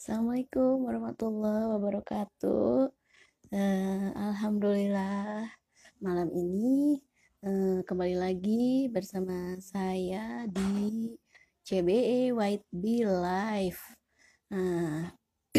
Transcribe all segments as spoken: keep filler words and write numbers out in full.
Assalamualaikum warahmatullahi wabarakatuh. Eh, Alhamdulillah malam ini eh, kembali lagi bersama saya di C B E White Bee Live. Nah,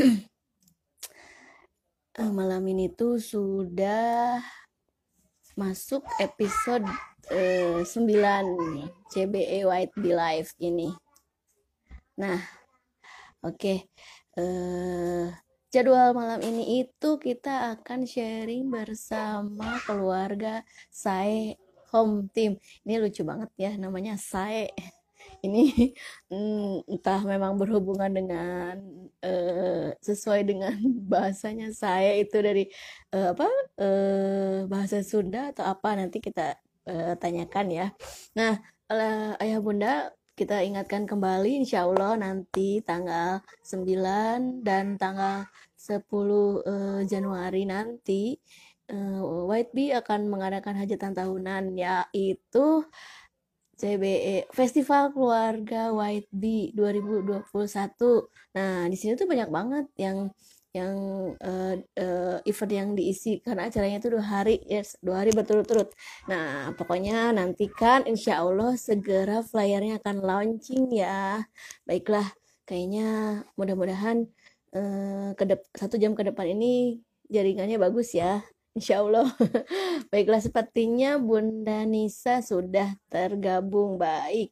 eh, malam ini tuh sudah masuk episode eh, sembilan C B E White Bee Live ini. Nah, oke. Okay. Eh, jadwal malam ini itu kita akan sharing bersama keluarga Sae Home Team. Ini lucu banget ya namanya Sae. Ini mm, entah memang berhubungan dengan eh, sesuai dengan bahasanya Sae itu dari eh, apa eh, bahasa Sunda atau apa, nanti kita eh, tanyakan ya. Nah, eh, ayah bunda, kita ingatkan kembali, insya Allah nanti tanggal sembilan dan tanggal sepuluh eh, Januari nanti eh, White Bee akan mengadakan hajatan tahunan, yaitu C B E Festival Keluarga White Bee dua ribu dua puluh satu. Nah, di sini tuh banyak banget yang yang uh, uh, event yang diisi karena acaranya itu dua hari, yes, dua hari berturut-turut. Nah, pokoknya nantikan, insya Allah segera flyernya akan launching ya. Baiklah, kayaknya mudah-mudahan uh, ke satu jam ke depan ini jaringannya bagus ya, insya Allah. Baiklah, sepertinya Bunda Nisa sudah tergabung. Baik.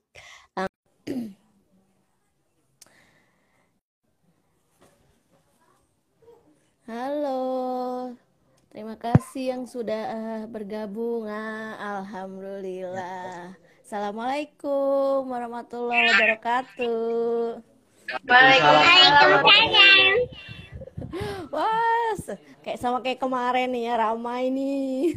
Halo. Terima kasih yang sudah uh, bergabung. Ah, Alhamdulillah. Assalamualaikum warahmatullahi wabarakatuh. Waalaikumsalam. Wah, kayak sama kayak kemarin nih ya, ramai nih.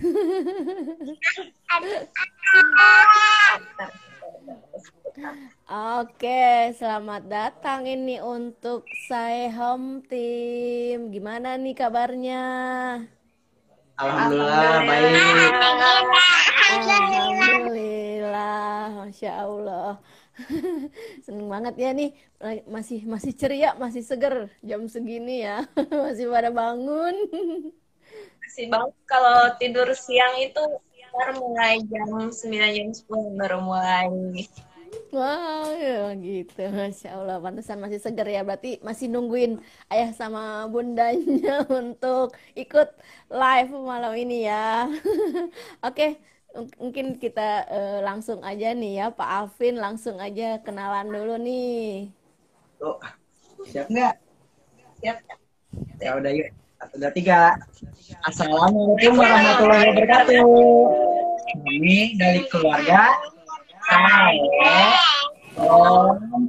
Oke, selamat datang ini untuk Sae Home Team. Gimana nih kabarnya? Alhamdulillah baik. Alhamdulillah, masya Allah. Seneng banget ya nih, masih masih ceria, masih seger jam segini ya, masih pada bangun. Masih banget, kalau tidur siang itu baru mulai jam sembilan jam sepuluh baru mulai. Wow, ya gitu, masya Allah. Pantesan masih seger ya, berarti masih nungguin ayah sama bundanya untuk ikut live malam ini ya. Oke, mungkin kita uh, langsung aja nih ya, Pak Alvin, langsung aja kenalan dulu nih. Oh, siap nggak? Siap. Ya udah yuk. Satu, dua, tiga. Assalamualaikum warahmatullahi wabarakatuh. Kami dari keluarga saya Om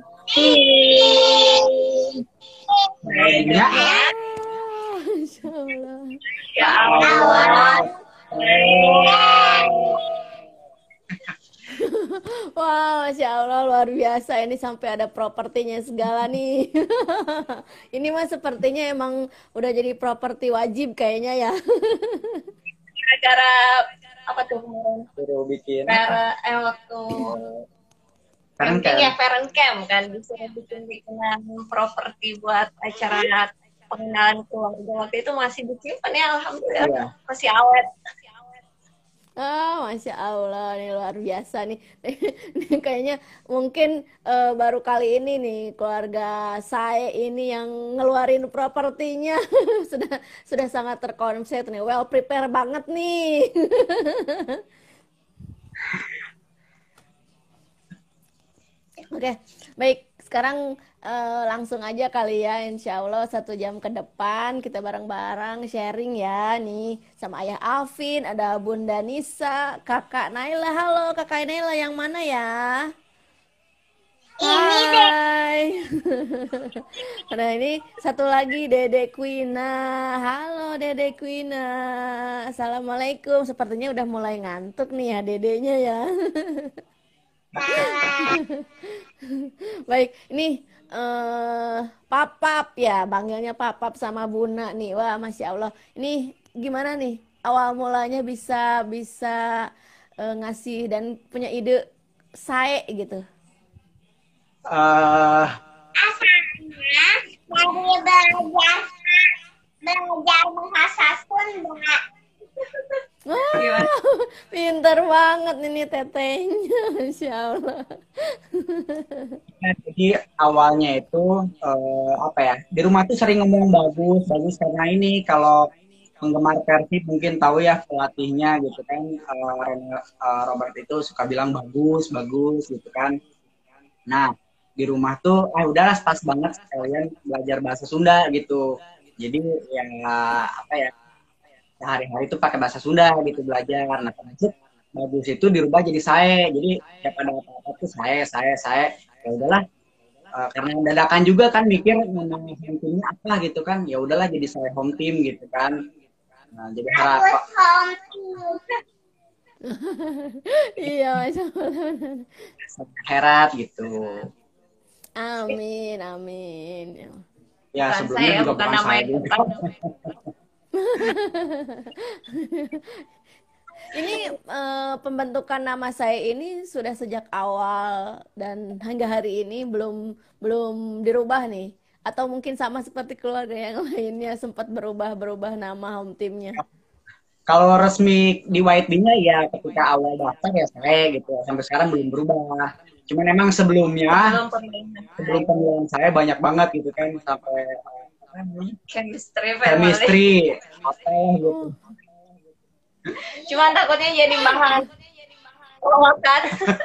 Baiknya. Masya Allah. Ya Allah. Wah, Masya Allah, luar biasa. Ini sampai ada propertinya segala nih. Ini mah sepertinya emang udah jadi properti wajib kayaknya ya. Gara-gara apa tuh kemarin? Suruh bikin Gara eh waktu Parent camping camp. ya, parent camp kan, disuruh bikin bikinan properti buat acara pengenalan keluarga. Waktu itu masih disimpan ya, alhamdulillah. Iya. Masih awet. Ah, Masya Allah, ini luar biasa nih. Ini kayaknya mungkin eh, baru kali ini nih keluarga saya ini yang ngeluarin propertinya. Sudah sudah sangat terkonsep nih, well prepare banget nih. Oke, baik. Sekarang eh, langsung aja kali ya, insya Allah satu jam ke depan kita bareng-bareng sharing ya nih sama Ayah Alvin, ada Bunda Nisa, Kakak Naila. Halo Kakak Naila, yang mana ya? Hai. Nah ini satu lagi Dede Quina. Halo Dede Quina. Assalamualaikum. Sepertinya udah mulai ngantuk nih ya dedenya ya. Baik, ini eh Papap ya, panggilnya Papap sama Buna nih. Wah, Masya Allah. Ini gimana nih awal mulanya bisa bisa eh, ngasih dan punya ide sae gitu? Eh, Asalnya dari Pinter banget ini tetenya, Masya Allah. Nah, jadi awalnya itu eh, apa ya? Di rumah tuh sering ngomong bagus, bagus karena ini kalau penggemar Persib mungkin tahu ya pelatihnya gitu kan, eh, Ren- eh, Robert itu suka bilang bagus, bagus gitu kan. Nah, di rumah tuh ah udahlah pas banget sekalian belajar bahasa Sunda gitu. Jadi ya apa ya? Sehari-hari itu pakai bahasa Sunda gitu belajar. Nah, termasuk bagus itu dirubah jadi saya. Jadi ya pada apa-apa tuh saya, saya, saya. Ya udahlah. Eh, karena dadakan juga kan mikir nama home teamnya apa gitu kan. Ya udahlah jadi saya home team gitu kan. Nah, jadi harap Iya, Masya Allah. herat gitu. Amin, amin. Ya Bukan sebelumnya saya, juga bukan bukan nama saya yang juga. Ini eh, pembentukan nama saya ini sudah sejak awal dan hingga hari ini belum belum dirubah nih. Atau mungkin sama seperti keluarga yang lainnya sempat berubah-berubah nama home teamnya. Kalau resmi di White Bee-nya ya ketika awal daftar ya saya gitu. Sampai sekarang belum berubah. Cuman emang sebelumnya belum pemilihan sebelum pemilihan saya banyak banget gitu kan sampai apa namanya? chemistry family. Chemistry apa gitu. Oh, Cuman takutnya jadi bahan pelokan.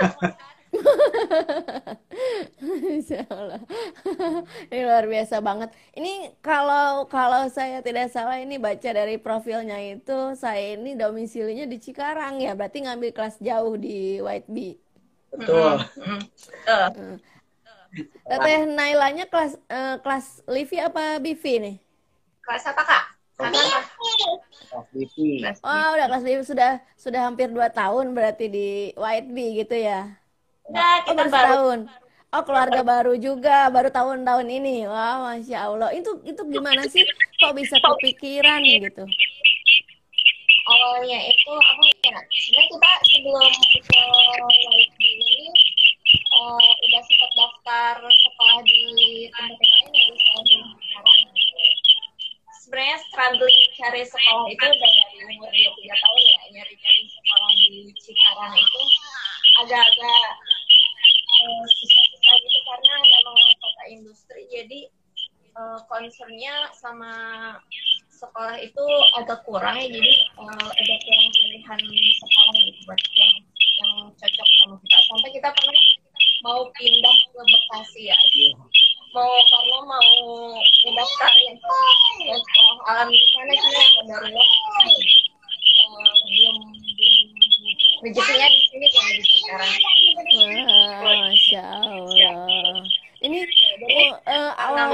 Insya Allah. Ini luar biasa banget. Ini kalau kalau saya tidak salah ini baca dari profilnya itu saya ini domisilinya di Cikarang ya. Berarti ngambil kelas jauh di White Bee. Betul. Mm-mm. Betul. Hmm. Teteh Nailanya kelas eh, kelas Livi apa Bivi nih? Kelas apa kak? Kakak apa? Kelas T V. Kelas Oh, udah kelas Livi sudah sudah hampir dua tahun berarti di White Bee gitu ya. Enggak, Oh, kita baru baru. setahun. Oh, keluarga baru juga, baru tahun-tahun ini. Wah, Masya Allah. Itu itu gimana sih? Kok bisa kepikiran gitu? Awalnya itu apa ya? Sebenarnya kita sebelum ke Y P ini eh, udah sempat daftar sekolah di tempat yang lain ya, di sekolah di sekarang. Sebenarnya struggling cari sekolah itu udah dari umur dua puluh tiga tahun ya, nyari-cari sekolah di Cikarang itu agak-agak eh, susah-susah gitu karena memang kota industri, jadi eh, concernnya sama sekolah itu agak kurang ya, jadi eh, ada kurang pilihan sekolah gitu buat yang yang cocok sama kita. Sampai kita pernah mau pindah ke Bekasi ya, mau karena mau mendaftar yang yang sekolah alam di sana, cuma alhamdulillah eh, belum belum rezekinya di sini kayak di sekarang. Wah, Masya Allah. Ini oh, eh, awal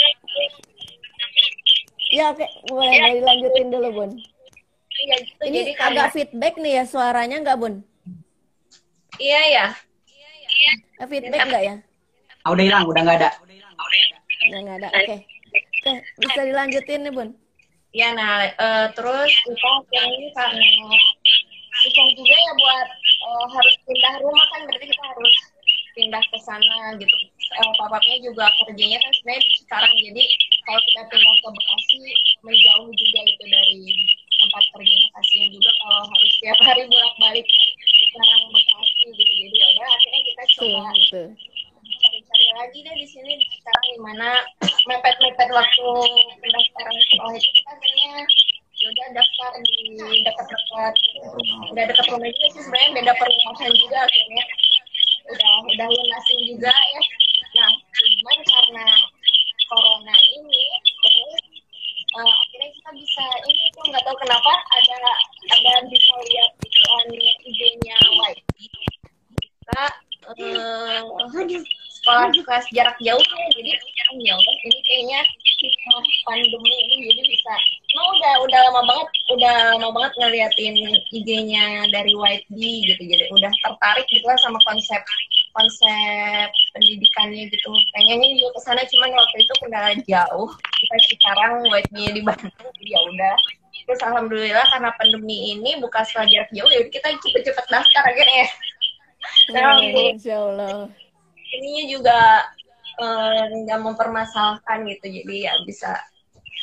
ya oke, boleh boleh dilanjutin dulu, Bun. Iya gitu, Ini jadi karena agak feedback nih ya suaranya nggak, Bun? iya ya. Eh, feedback nggak ya? Ah, udah hilang, udah nggak ada. Udah nggak ada. Oke. Oke, bisa dilanjutin nih, Bun. Ya, nah eh, terus kita akhirnya karena susah juga ya buat eh, harus pindah rumah kan, berarti kita harus pindah ke sana gitu. Eh, papapnya juga kerjanya kan sebenarnya di Cikarang, jadi kalau kita pindah ke Bekasi menjauh juga gitu dari tempat kerjanya, kasihan juga kalau harus tiap hari bolak-balik Cikarang Bekasi gitu. Jadi ya udah akhirnya kita Tuh, coba tuh. cari-cari lagi deh di sini di Cikarang, di mana mepet-mepet waktu pendaftaran sekolah itu kita akhirnya ya udah daftar di dekat-dekat, udah dekat rumah juga sih sebenarnya, beda perumahan juga akhirnya udah udah lunasin juga ya. Nah cuman karena corona ini terus uh, akhirnya kita bisa ini tuh nggak tahu kenapa ada ada bisa lihat iklan I G-nya Y P kita uh, sekolah kelas jarak jauh ya, jadi ya Allah ini kayaknya hikmah pandemi ini, jadi bisa nah udah udah lama banget udah lama banget ngeliatin I G-nya dari White Bee gitu, jadi udah tertarik gitu lah sama konsep konsep pendidikannya gitu, pengennya juga kesana, cuman waktu itu kendala jauh, kita sekarang White Bee di Bandung, jadi ya udah. Terus alhamdulillah karena pandemi ini buka sekolah jarak jauh ya kita cepet-cepet daftar akhirnya. Nah, Insya Allah. ininya juga nggak eh, mempermasalahkan gitu, jadi ya bisa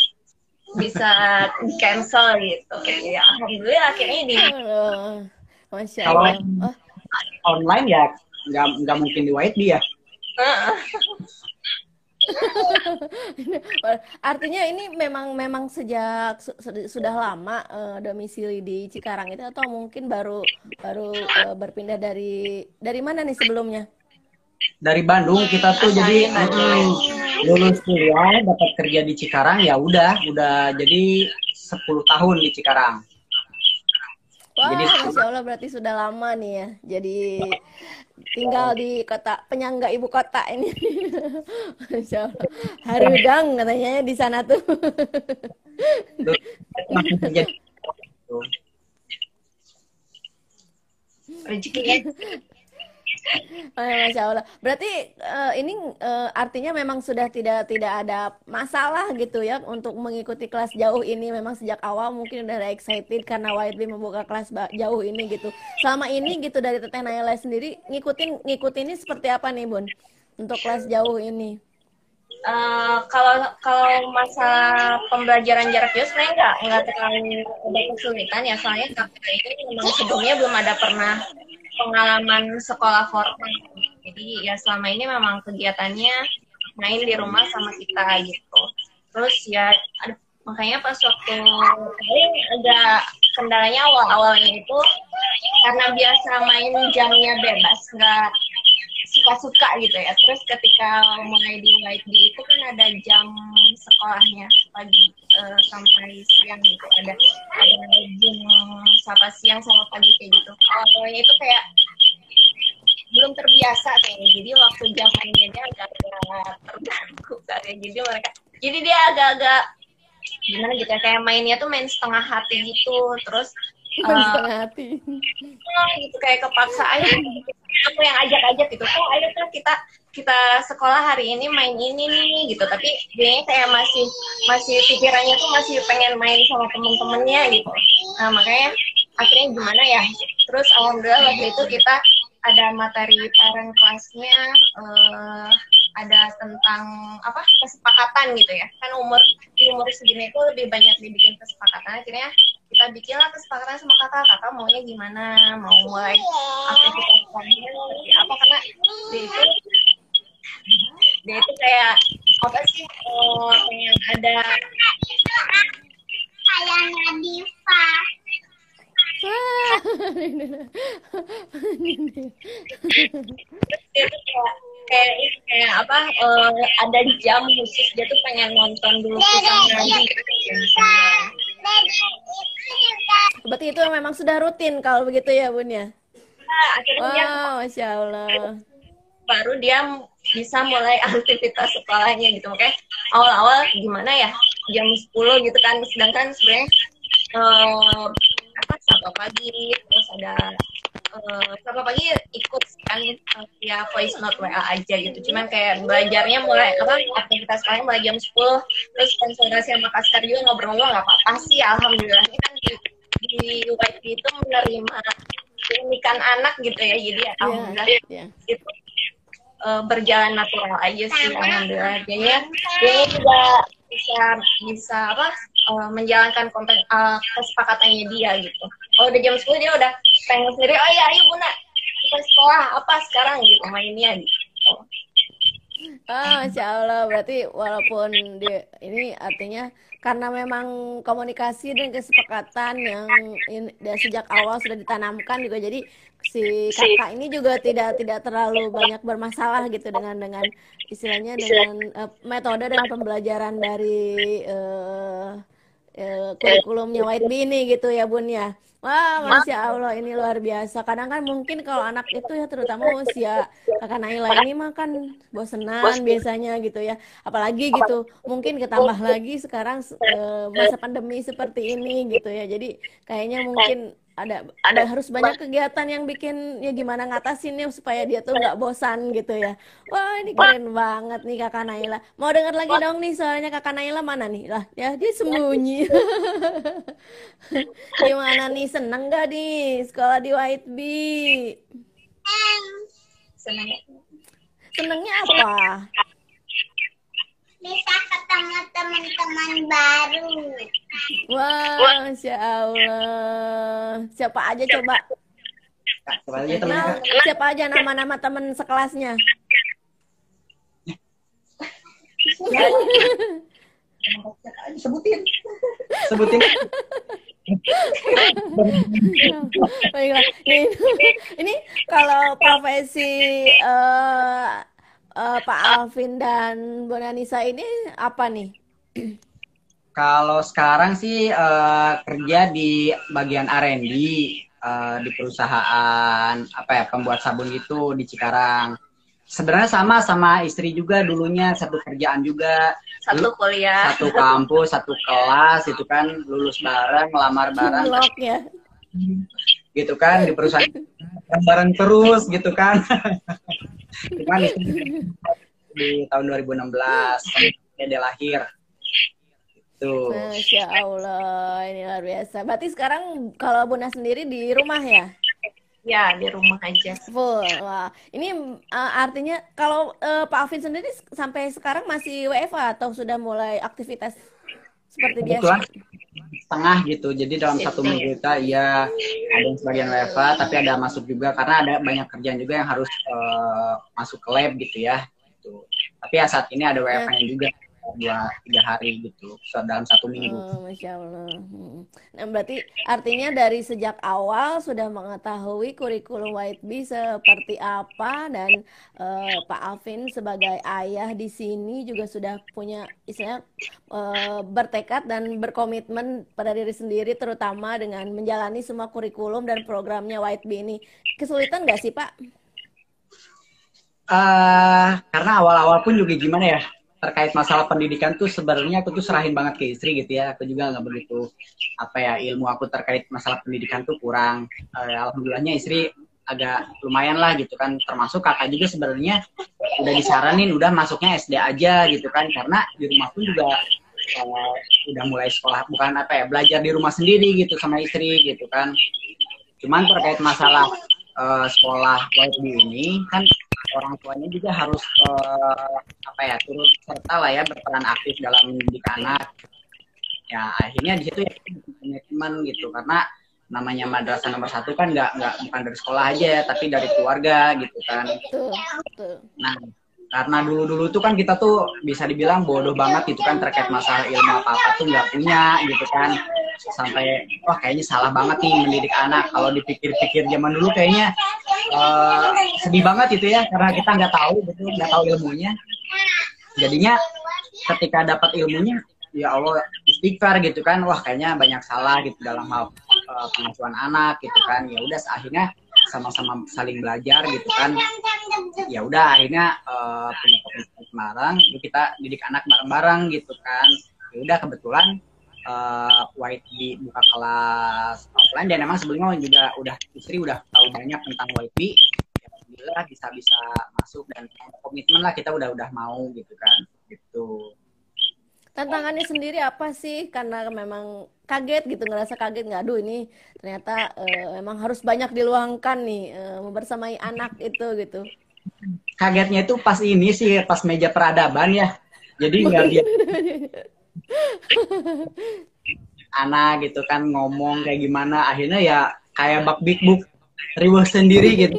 bisa di cancel gitu ya, alhamdulillah akhirnya di Aduh. Masya Kalau Allah. Oh, online ya nggak nggak mungkin di White Bee ya. artinya ini memang memang sejak su- su- sudah lama eh, domisili di Cikarang itu atau mungkin baru baru eh, berpindah dari dari mana nih sebelumnya? Dari Bandung kita tuh jadi mm, lulus kuliah dapat kerja di Cikarang ya udah udah jadi sepuluh tahun di Cikarang. Wah, Jadi Masya Allah berarti sudah lama nih ya. Jadi tinggal di kota penyangga ibu kota ini. Masya Allah. Harudang katanya di sana tuh. langsung kerja di situ. Rezekinya Oh, ya, Masya Allah. Berarti eh, ini eh, artinya memang sudah tidak tidak ada masalah gitu ya untuk mengikuti kelas jauh ini. Memang sejak awal mungkin udah ada excited karena White Bee membuka kelas ba- jauh ini gitu. Selama ini gitu dari Teteh Naila sendiri ngikutin ngikutin ini seperti apa nih Bun untuk kelas jauh ini? Eh, kalau kalau masalah pembelajaran jarak jauh sebenarnya nggak nggak terlalu ada kesulitan ya, soalnya kakak ini memang sebelumnya belum ada pernah pengalaman sekolah formal. Jadi ya selama ini memang kegiatannya main di rumah sama kita gitu. Terus ya ada- makanya pas waktu paling agak kendalanya awal-awalnya itu karena biasa main jamnya bebas, nggak suka-suka gitu ya. Terus ketika mulai di White Bee itu kan ada jam sekolahnya pagi eh, sampai siang gitu. Ada ada jam sama siang sama pagi kayak gitu. Awalnya itu kayak belum terbiasa kayaknya. Jadi waktu jam mainnya dia agak-agak terganggu kayak jadi mereka. Jadi dia agak-agak gimana gitu ya, kayak mainnya tuh main setengah hati gitu. Terus Bukan eh, setengah hati. gitu kayak kepaksa aja aku yang ajak-ajak gitu oh ayo tuh kita kita sekolah hari ini main ini nih gitu, tapi dia kayak masih masih pikirannya tuh masih pengen main sama temen-temennya gitu. Nah makanya akhirnya gimana ya, terus alhamdulillah waktu itu kita ada materi parent kelasnya, eh, ada tentang apa kesepakatan gitu ya, kan umur di umur segini itu lebih banyak dibikin kesepakatan. Akhirnya kita bikinlah kesepakatan sama kakak, kakak maunya gimana, mau mulai aktivitas sekolahnya seperti apa, karena dia itu dia itu kayak apa sih, oh, pengen ada kayak Nadifa. Wah. Dia tuh kayak kayak ini kayak apa, eh, ada jam khusus dia tuh pengen nonton dulu sama gitu. Berarti itu memang sudah rutin kalau begitu ya Bun ya? Nah, akhirnya dia Wow, Masya Allah. baru dia bisa mulai aktivitas sekolahnya gitu. Makanya awal-awal gimana ya, jam sepuluh gitu kan, sedangkan sebenarnya eh, apa sapa pagi, terus ada eh, sapa pagi ikut kan eh, ya voice note W A aja gitu. Cuman kayak belajarnya mulai apa aktivitas sekolahnya mulai jam sepuluh, terus konsultasi sama Kaskar juga ngobrol-ngobrol nggak apa-apa sih, alhamdulillah. Ini kan di, di White Bee itu menerima keunikan anak gitu ya, jadi Iya, alhamdulillah iya. itu eh, berjalan natural aja sih, alhamdulillah. Jadinya dia juga bisa bisa apa eh, menjalankan konten eh, kesepakatannya dia gitu. Kalau udah jam sepuluh dia udah pengen sendiri, oh iya ayo Bunda kita sekolah apa sekarang gitu mainnya gitu. Ah, Masya Allah, berarti walaupun dia, ini artinya karena memang komunikasi dan kesepakatan yang in- dari sejak awal sudah ditanamkan juga, jadi si kakak ini juga tidak tidak terlalu banyak bermasalah gitu dengan dengan istilahnya dengan eh, metode dan pembelajaran dari eh, eh, kurikulumnya White Bee ini gitu ya Bun ya. Wah, Masya Allah, ini luar biasa. Kadang kan mungkin kalau anak itu ya terutama usia kakak Naila ini mah kan bosenan biasanya gitu ya. Apalagi gitu, mungkin ketambah lagi sekarang eh, masa pandemi seperti ini gitu ya. Jadi kayaknya mungkin ada, ada harus banyak kegiatan yang bikin ya gimana ngatasinnya supaya dia tuh nggak bosan gitu ya. Wah, ini keren banget nih kakak Naila. Mau dengar lagi dong nih, soalnya kakak Naila mana nih? Lah, ya dia sembunyi. Gimana nih, seneng gak nih sekolah di White Bee? Senangnya Senengnya apa? bisa ketemu teman-teman baru. Wah, Masya Allah. Siapa aja coba? Kak, coba aja temennya, Nah, Kak. siapa aja nama-nama temen sekelasnya? Sebutin. Sebutin. Baiklah. Ini, ini kalau profesi eh, eh, Pak Alvin dan Bu Nanisa ini apa nih? Kalau sekarang sih eh, kerja di bagian R and D eh, di perusahaan apa ya pembuat sabun gitu di Cikarang. Sebenarnya sama sama istri juga dulunya satu kerjaan juga, Satu kuliah. satu kampus, satu kelas itu kan lulus bareng, lamar bareng, Blog ya. gitu kan di perusahaan bareng terus gitu kan. Cuman istri di tahun dua ribu enam belas dia lahir. Tuh. Masya Allah, ini luar biasa. Berarti sekarang kalau Bunda sendiri di rumah ya? Ya, di rumah aja. Full. Wah, ini uh, artinya kalau uh, Pak Alvin sendiri sampai sekarang masih W F A atau sudah mulai aktivitas seperti biasa? Kebetulan setengah gitu. Jadi dalam satu minggu kita ya ada yang sebagian W F A, tapi ada masuk juga karena ada banyak kerjaan juga yang harus uh, masuk ke lab gitu ya. Gitu. Tapi ya saat ini ada W F A-nya juga dua tiga hari gitu dalam satu minggu. Oh, Masya Allah. Hmm. Nah, berarti artinya dari sejak awal sudah mengetahui kurikulum White Bee seperti apa dan uh, Pak Alvin sebagai ayah di sini juga sudah punya istilahnya uh, bertekad dan berkomitmen pada diri sendiri terutama dengan menjalani semua kurikulum dan programnya White Bee ini. Kesulitan nggak sih Pak? Uh, karena awal-awal pun juga gimana ya, terkait masalah pendidikan tuh sebenarnya aku tuh serahin banget ke istri gitu ya. Aku juga nggak begitu apa ya ilmu aku terkait masalah pendidikan tuh kurang. Uh, alhamdulillahnya istri agak lumayan lah gitu kan. Termasuk kakak juga sebenarnya udah disaranin udah masuknya S D aja gitu kan. Karena di rumah pun juga uh, udah mulai sekolah bukan apa ya belajar di rumah sendiri gitu sama istri gitu kan. Cuman terkait masalah uh, sekolah White Bee ini kan orang tuanya juga harus uh, apa ya turut serta lah ya berperan aktif dalam mendidik anak. Ya akhirnya di situ ya komitmen gitu karena namanya madrasah nomor satu kan nggak nggak bukan dari sekolah aja tapi dari keluarga gitu kan. Betul, betul. Nah karena dulu-dulu tuh kan kita tuh bisa dibilang bodoh banget gitu kan terkait masalah ilmu apa-apa tuh nggak punya gitu kan. Sampai wah kayaknya salah banget nih mendidik anak. Kalau dipikir-pikir zaman dulu kayaknya uh, sedih banget gitu ya karena kita nggak tahu betul nggak tahu ilmunya. Jadinya ketika dapat ilmunya ya Allah istighfar gitu kan. Wah kayaknya banyak salah gitu dalam hal uh, pengasuhan anak gitu kan. Ya udah akhirnya sama-sama saling belajar gitu kan. Ya udah akhirnya uh, punya komitmen bareng kita didik anak bareng-bareng gitu kan. Ya udah kebetulan uh, White Bee buka kelas offline dan emang sebelumnya juga udah istri udah tahu banyak tentang White Bee. Ya, alhamdulillah bisa bisa masuk dan komitmen lah kita udah udah mau gitu kan gitu. Tantangannya sendiri apa sih? Karena memang kaget gitu, ngerasa kaget nggak? Aduh ini ternyata uh, memang harus banyak diluangkan nih uh, membersamai anak itu gitu. Kagetnya itu pas ini sih pas meja peradaban ya. Jadi nggak biar anak gitu kan ngomong kayak gimana akhirnya ya kayak bak big book riweuh sendiri gitu.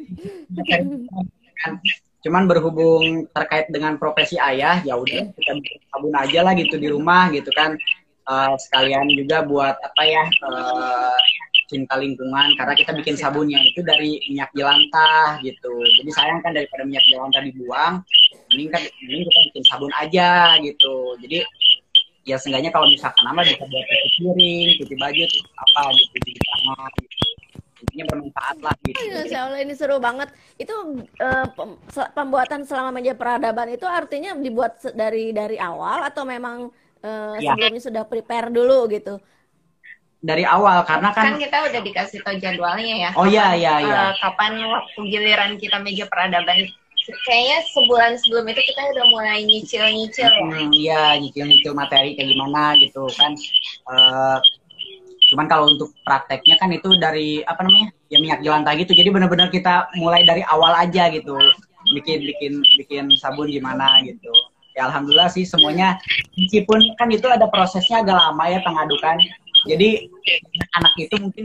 Cuman berhubung terkait dengan profesi ayah ya udah kita bikin sabun aja lah gitu di rumah gitu kan. Uh, sekalian juga buat apa ya uh, cinta lingkungan karena kita bikin sabunnya itu dari minyak jelantah gitu. Jadi sayang kan daripada minyak jelantah dibuang, mending kan mending kita bikin sabun aja gitu. Jadi ya seenggaknya kalau misalkan nama bisa buat cuci piring, cuci baju, apa gitu, cuci tangan gitu. Intinya bermanfaat lah gitu. Masya Allah ini seru banget. Itu uh, pembuatan selama meja peradaban itu artinya dibuat dari dari awal atau memang uh, ya. sebelumnya sudah prepare dulu gitu? Dari awal karena kan kan kita udah dikasih tahu jadwalnya ya. Oh iya iya iya. Uh, kapan waktu giliran kita meja peradaban? Kayaknya sebulan sebelum itu kita udah mulai nyicil-nyicil ya. Hmm, iya nyicil-nyicil materi kayak gimana gitu kan. Uh, cuman kalau untuk prakteknya kan itu dari apa namanya ya minyak jelantah gitu. Jadi benar-benar kita mulai dari awal aja gitu. Bikin bikin bikin sabun gimana gitu. Ya alhamdulillah sih semuanya meskipun kan itu ada prosesnya agak lama ya pengadukan. Jadi anak itu mungkin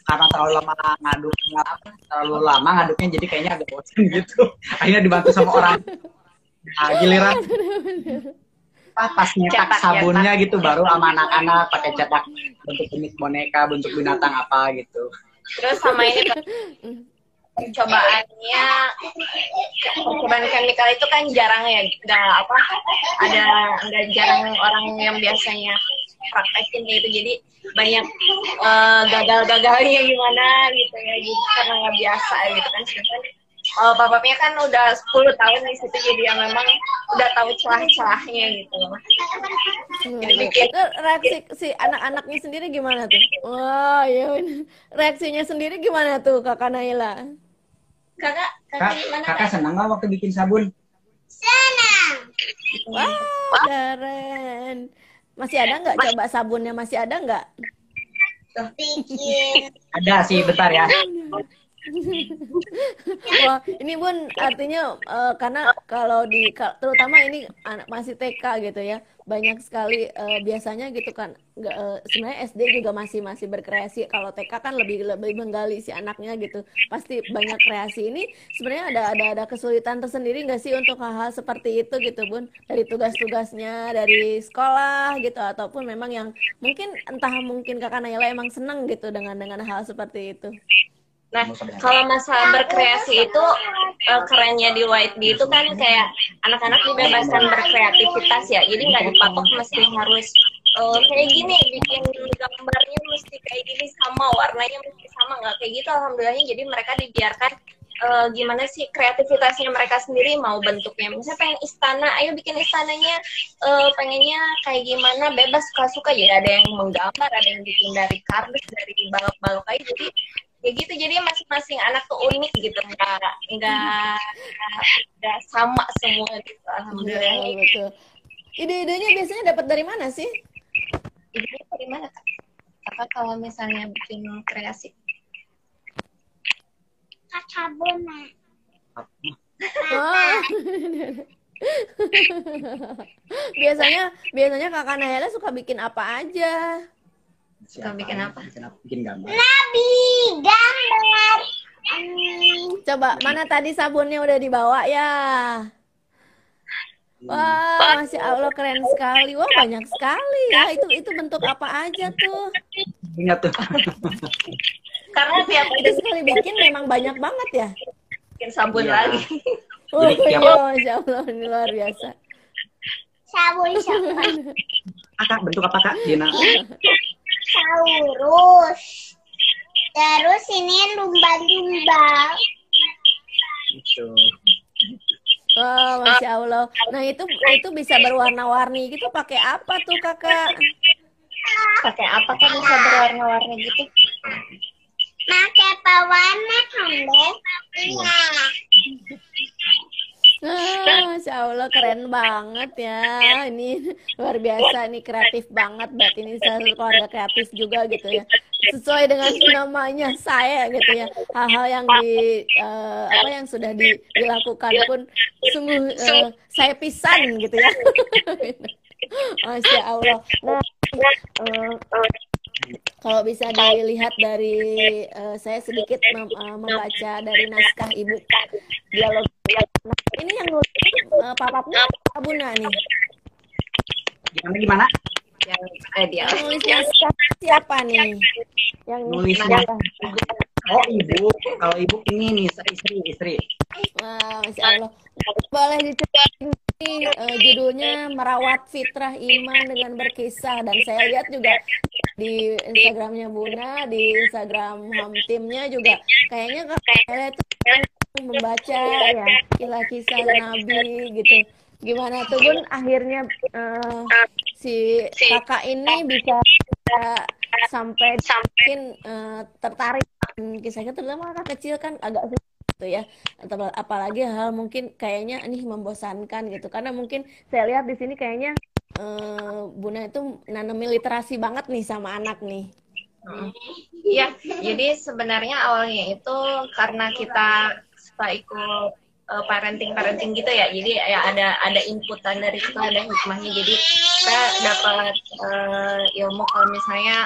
karena terlalu lama ngaduk, apa, terlalu lama ngaduknya jadi kayaknya agak bosan gitu. Akhirnya dibantu sama orang. Nah, giliran pas nyetak sabunnya gitu baru sama anak-anak pakai cetak bentuk jenis boneka, bentuk binatang apa gitu. Terus sama ini percobaannya, percobaan chemical itu kan jarang ya, nggak apa, ada nggak jarang orang yang biasanya praktekin kayak itu, jadi banyak uh, gagal-gagalnya gimana gitu ya, jadi karena nggak biasa gitu kan. Sedangkan kalau bapaknya kan udah sepuluh tahun di situ, jadi ya memang udah tahu celah-celahnya gitu. Jadi bikin reaksi si anak-anaknya sendiri gimana tuh? Wah, ya reaksinya sendiri gimana tuh Kakak Naila? Kakak, kakak Kak, gimana? kakak senang nggak waktu bikin sabun? Senang. Wah, keren. Masih ada nggak coba sabunnya? Masih ada nggak? Bikin. Ada sih, bentar ya. Wah, ini Bun artinya uh, karena kalau di terutama ini anak masih T K gitu ya, banyak sekali uh, biasanya gitu kan. Uh, sebenarnya S D juga masih masih berkreasi. Kalau T K kan lebih lebih menggali si anaknya gitu. Pasti banyak kreasi. Ini sebenarnya ada ada ada kesulitan tersendiri nggak sih untuk hal-hal seperti itu gitu Bun? Dari tugas-tugasnya dari sekolah gitu, ataupun memang yang mungkin entah mungkin Kakak Naila emang seneng gitu dengan dengan hal seperti itu. Nah, kalau masalah berkreasi itu uh, kerennya di White Bee itu kan kayak anak-anak dibebaskan berkreativitas ya. Jadi nggak dipatok mesti harus uh, kayak gini, bikin gambarnya mesti kayak gini sama, warnanya mesti sama, nggak kayak gitu. Alhamdulillahnya jadi mereka dibiarkan uh, gimana sih kreativitasnya mereka sendiri, mau bentuknya. Misalnya pengen istana, ayo bikin istananya, uh, pengennya kayak gimana, bebas suka-suka. Jadi ada yang menggambar, ada yang bikin dari kardus, dari balok-balok kayu. Jadi ya gitu, jadi masing-masing anak tuh unik gitu, nggak nggak nggak sama semua gitu. Alhamdulillah. Ya, betul. Ide-idenya biasanya dapat dari mana sih? Idenya dari mana Kak? Kakak kalau misalnya bikin kreasi? Kakak Bona. Oh. biasanya biasanya Kakak Naila suka bikin apa aja? Suka bikin apa? Bikin, apa? Bikin gambar. Nabi gambar. Hmm. Coba mana tadi sabunnya udah dibawa ya? Wah, Masya Allah keren sekali. Wah, banyak sekali ya. Itu itu bentuk apa aja tuh? Ingat tuh. Karena tiap Itu sekali bikin memang banyak banget ya. bikin sabun Iya. lagi. Oh Jadi iya, tiap- Masya Allah, ini luar biasa. Sabun sabun. Kakak, bentuk apa Kak? Dina? Saurus. Terus ini lumba-lumba. Gitu. Wah, Masya Allah. Nah, itu itu bisa berwarna-warni gitu. Pakai apa tuh, Kakak? Pakai apa kan bisa berwarna-warni gitu? Pakai pewarna kan, Dek? Iya. Ah, Masya Allah, keren banget ya. Ini luar biasa, nih kreatif banget. Berarti ini salah satu keluarga kreatif juga gitu ya. Sesuai dengan namanya saya gitu ya. Hal-hal yang di eh, apa yang sudah di- dilakukan pun sungguh eh, saya pisan gitu ya. Masya Allah. Nah, eh, kalau bisa dilihat dari eh, saya sedikit mem- eh, membaca dari naskah ibu dialog. Nah, ini yang nulis uh, papapnya Abuna nih. Gimana gimana? Yang eh dia. Yang nulis naskah siapa nih? Yang nulis Nulisnya. naskah. Oh ibu, kalau ibu ini nih istri istri. Wah, Masya Allah. Boleh diceritain nih uh, judulnya Merawat Fitrah Iman dengan Berkisah, dan saya lihat juga di Instagramnya Buna, di Instagram home teamnya juga kayaknya kayak itu membaca ya kisah-kisah Nabi gitu. Gimana tuh Bun akhirnya uh, si kakak ini bisa uh, sampai mungkin uh, tertarik kisahnya, terutama kakak kecil kan agak susah gitu ya, atau apalagi hal mungkin kayaknya ini membosankan gitu, karena mungkin saya lihat di sini kayaknya uh, Buna itu nanemin literasi banget nih sama anak nih. Iya, jadi sebenarnya awalnya itu karena kita suka ikut uh, parenting parenting gitu ya, jadi ya ada ada inputan dari situ, ada hikmahnya, jadi kita dapat uh, ilmu kalau misalnya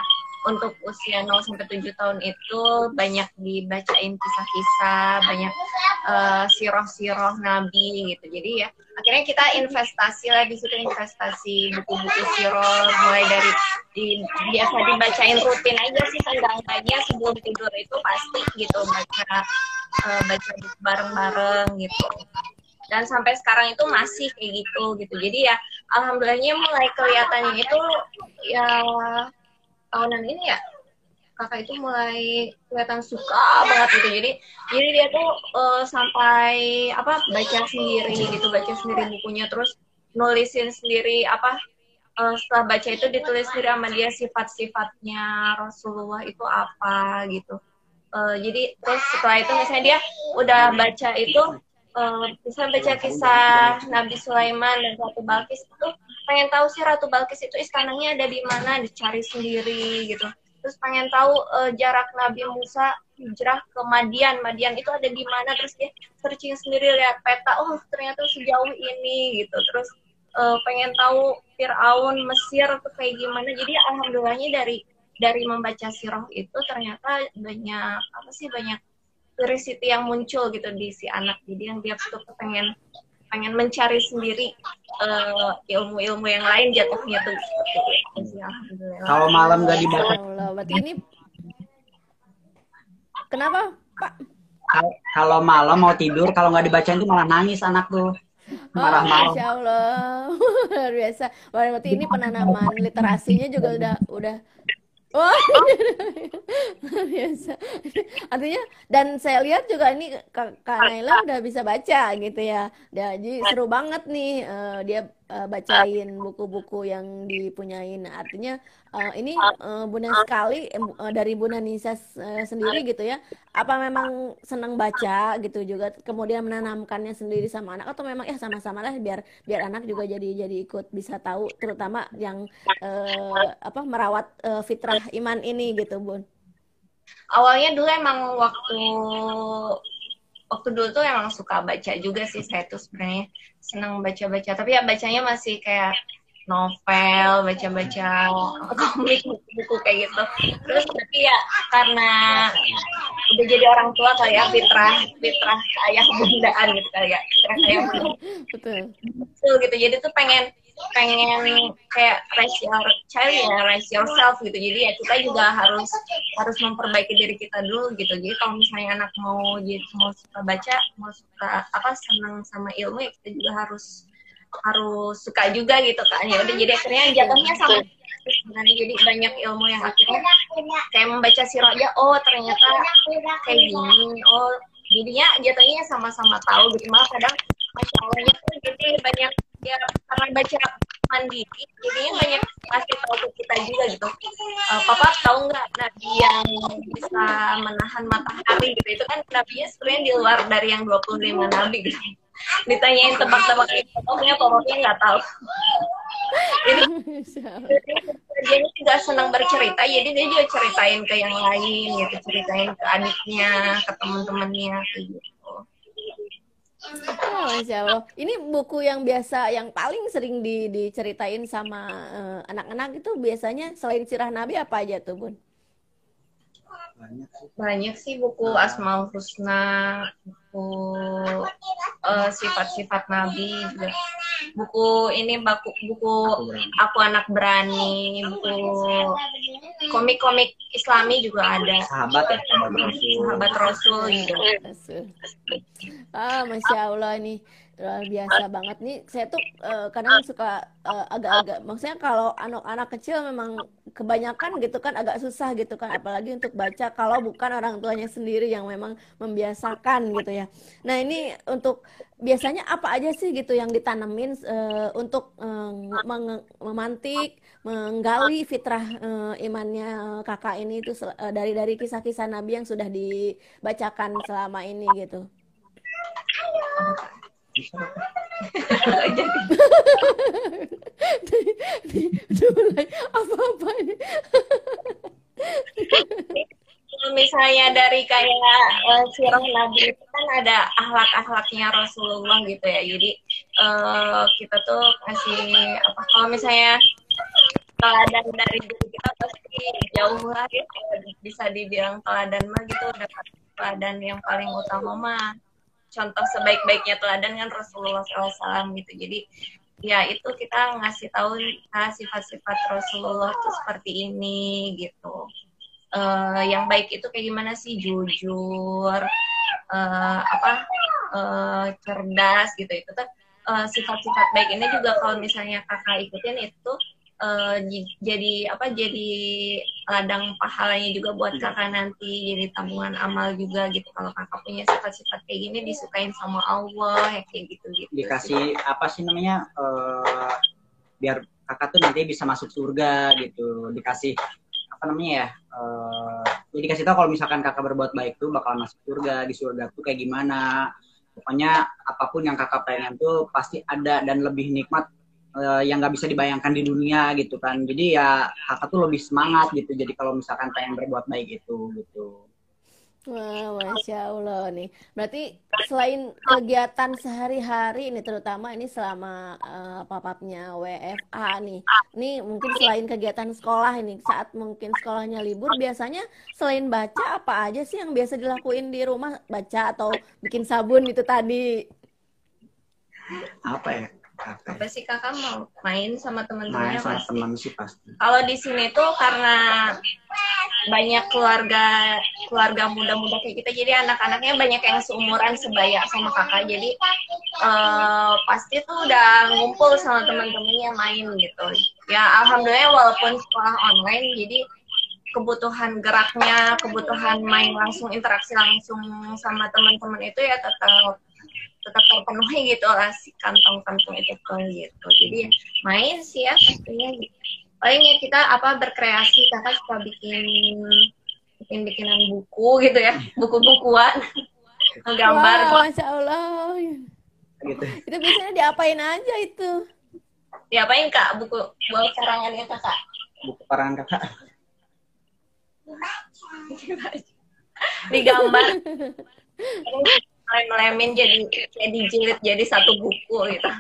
untuk usia nol sampai tujuh tahun itu banyak dibacain kisah-kisah, banyak uh, siroh-siroh Nabi gitu. Jadi ya akhirnya kita investasi lah di situ, investasi buku-buku siroh, mulai dari di, biasa dibacain rutin aja sih, seenggak-enggaknya sebelum tidur itu pasti gitu baca uh, baca buku bareng-bareng gitu. Dan sampai sekarang itu masih kayak gitu gitu. Jadi ya alhamdulillahnya mulai kelihatannya itu ya tahunan ini ya kakak itu mulai kelihatan suka banget gitu. Jadi jadi dia tuh uh, sampai apa baca sendiri gitu, baca sendiri bukunya, terus nulisin sendiri apa uh, setelah baca itu ditulis sendiri sama dia sifat-sifatnya Rasulullah itu apa gitu. Uh, jadi terus setelah itu misalnya dia udah baca itu uh, bisa baca kisah Nabi Sulaiman dan Ratu Balkis itu, pengen tahu sih Ratu Balkis itu istananya ada di mana, dicari sendiri gitu. Terus pengen tahu uh, jarak Nabi Musa hijrah ke Madian, Madian itu ada di mana, terus dia searching sendiri, lihat peta, oh ternyata sejauh ini gitu. Terus uh, pengen tahu Fir'aun Mesir itu kayak gimana. Jadi alhamdulillahnya dari dari membaca sirah itu ternyata banyak apa sih banyak curiosity yang muncul gitu di si anak. Jadi yang dia tuh pengen pengen mencari sendiri uh, ilmu-ilmu yang lain jatuhnya tuh seperti itu sih, alhamdulillah. Kalau malam gak dibaca, Allah, berarti ini kenapa Pak? kalau malam mau tidur kalau nggak dibacain tuh malah nangis anak tuh, marah Oh, malam. Masya Allah, luar biasa. Berarti ini penanaman literasinya juga udah udah wah, luar biasa. Artinya, dan saya lihat juga ini Kak Kak Naila udah bisa baca gitu ya. Dia, jadi seru banget nih eh, dia eh, bacain buku-buku yang dipunyain. Artinya eh, ini eh, Bunda sekali eh, bu- eh, dari Bunda Nisa eh, sendiri gitu ya. Apa memang senang baca gitu juga, kemudian menanamkannya sendiri sama anak, atau memang ya sama-sama lah biar biar anak juga jadi jadi ikut bisa tahu, terutama yang eh, apa merawat eh, fitrah iman ini gitu, Bun. Awalnya dulu emang waktu waktu dulu tuh emang suka baca juga sih, saya tuh sebenarnya senang baca-baca, tapi ya bacanya masih kayak novel, baca-baca komik, buku-buku kayak gitu. Terus tapi ya karena udah jadi orang tua kali ya, fitrah fitrah ayah bundaan gitu kali ya, fitrah ayah bunda Betul. betul gitu. Jadi tuh pengen pengen kayak raise your child ya, raise yourself gitu. Jadi ya kita juga harus harus memperbaiki diri kita dulu gitu. Jadi kalau misalnya anak mau jadi mau suka baca, mau suka apa senang sama ilmu, ya kita juga harus harus suka juga gitu kan. Ya udah, jadi akhirnya jatuhnya sama sebenarnya. Jadi banyak ilmu yang akhirnya kayak membaca sirah aja, oh ternyata kayak gini, oh jadinya jatuhnya sama-sama tahu gitu. Malah kadang masya Allahnya tuh jadi banyak ya, karena baca mandiri jadinya banyak kasih tahu ke kita juga gitu. Uh, papa tahu nggak nabi yang bisa menahan matahari gitu, itu kan nabinya sebenarnya di luar dari yang dua puluh lima nabi gitu. Ditanyain tebak-tebak pokoknya pokoknya nggak tahu. Jadi dia juga senang bercerita, jadi dia juga ceritain ke yang lain gitu, ceritain ke adiknya, ke teman-temannya gitu. Oh, Masya Allah. Ini buku yang biasa, yang paling sering di, diceritain sama eh, anak-anak itu biasanya selain sirah Nabi apa aja tuh, Bun? Banyak sih buku Asmaul Husna, buku uh, sifat-sifat Nabi juga. Buku ini buku buku Aku Anak Berani, buku komik-komik Islami juga ada. Sahabat ya, sahabat Rasul. Sahabat Rasul gitu. Ah, Masya Allah, ini luar biasa banget nih. Saya tuh eh, kadang suka eh, agak-agak, maksudnya kalau anak-anak kecil memang kebanyakan gitu kan agak susah gitu kan, apalagi untuk baca kalau bukan orang tuanya sendiri yang memang membiasakan gitu ya. Nah ini untuk biasanya apa aja sih gitu yang ditanemin eh, untuk eh, meng- memantik, menggali fitrah eh, imannya kakak ini itu sel- eh, dari dari kisah-kisah Nabi yang sudah dibacakan selama ini gitu. Mulai apa-apa ini. Kalau misalnya dari kayak uh, sirah Nabi itu kan ada akhlak-akhlaknya Rasulullah gitu ya. Jadi uh, kita tuh kasih apa, kalau misalnya teladan dari diri kita pasti jauh lah ya, bisa dibilang teladan mah gitu, udah teladan yang paling utama mah contoh sebaik-baiknya teladan kan Rasulullah shallallahu alaihi wasallam gitu. Jadi ya itu kita ngasih tahu nah, sifat-sifat Rasulullah tuh seperti ini gitu. Uh, yang baik itu kayak gimana sih, jujur, uh, apa uh, cerdas gitu. Itu tuh uh, sifat-sifat baik ini juga kalau misalnya kakak ikutin itu uh, jadi apa jadi ladang pahalanya juga buat kakak nanti, jadi tabungan amal juga gitu. Kalau kakak punya sifat-sifat kayak gini disukain sama Allah ya kayak gitu gitu. Dikasih apa sih namanya uh, biar kakak tuh nanti bisa masuk surga gitu, dikasih apa namanya ya, uh, ya dikasih tahu kalau misalkan kakak berbuat baik tuh bakal masuk surga, di surga tuh kayak gimana. Pokoknya apapun yang kakak pengen tuh pasti ada dan lebih nikmat uh, yang nggak bisa dibayangkan di dunia gitu kan. Jadi ya kakak tuh lebih semangat gitu. Jadi kalau misalkan pengen berbuat baik itu gitu. Wah, Masya Allah nih. Berarti selain kegiatan sehari-hari ini, terutama ini selama uh, papapnya W F A nih, ini mungkin selain kegiatan sekolah ini, saat mungkin sekolahnya libur, biasanya selain baca, apa aja sih yang biasa dilakuin di rumah? Baca atau bikin sabun itu tadi? Apa ya? Apa, apa sih kakak mau main sama teman-temannya? Main sama teman sih pasti. Kalau di sini tuh karena banyak keluarga keluarga muda-muda kayak kita, jadi anak-anaknya banyak yang seumuran sebaya sama kakak, jadi uh, pasti tuh udah ngumpul sama teman-temannya main gitu. Ya alhamdulillah walaupun sekolah online, jadi kebutuhan geraknya, kebutuhan main langsung, interaksi langsung sama teman-teman itu ya tetap tetap terpenuhi gitu lah, si kantong-kantong itu tuh gitu. Jadi main sih ya pastinya gitu. Palingnya kita apa berkreasi, kakak suka bikin bikin bikinan buku gitu ya, buku-bukuan, gambar. Wah, Masya Allah. Gitu. Itu biasanya diapain aja itu? Diapain kak buku buat karangannya kakak? Buku karangan kakak. Digambar. Lem-lemin jadi jadi jilid jadi satu buku gitu.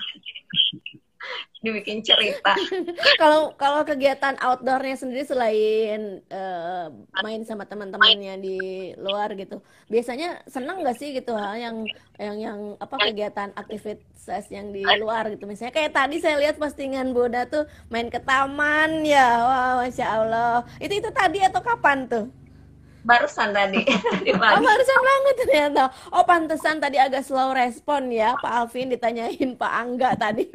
Dibikin cerita. Kalau kalau kegiatan outdoornya sendiri selain uh, main sama teman-temannya di luar gitu, biasanya senang nggak sih gitu hal yang yang yang apa kegiatan aktivitas yang di luar gitu? Misalnya kayak tadi saya lihat postingan Boda tuh main ke taman ya, wah Masya Allah. Itu itu tadi atau kapan tuh? Barusan tadi. Oh, barusan banget ternyata. Oh, pantesan tadi agak slow respon ya Pak Alvin ditanyain Pak Angga tadi.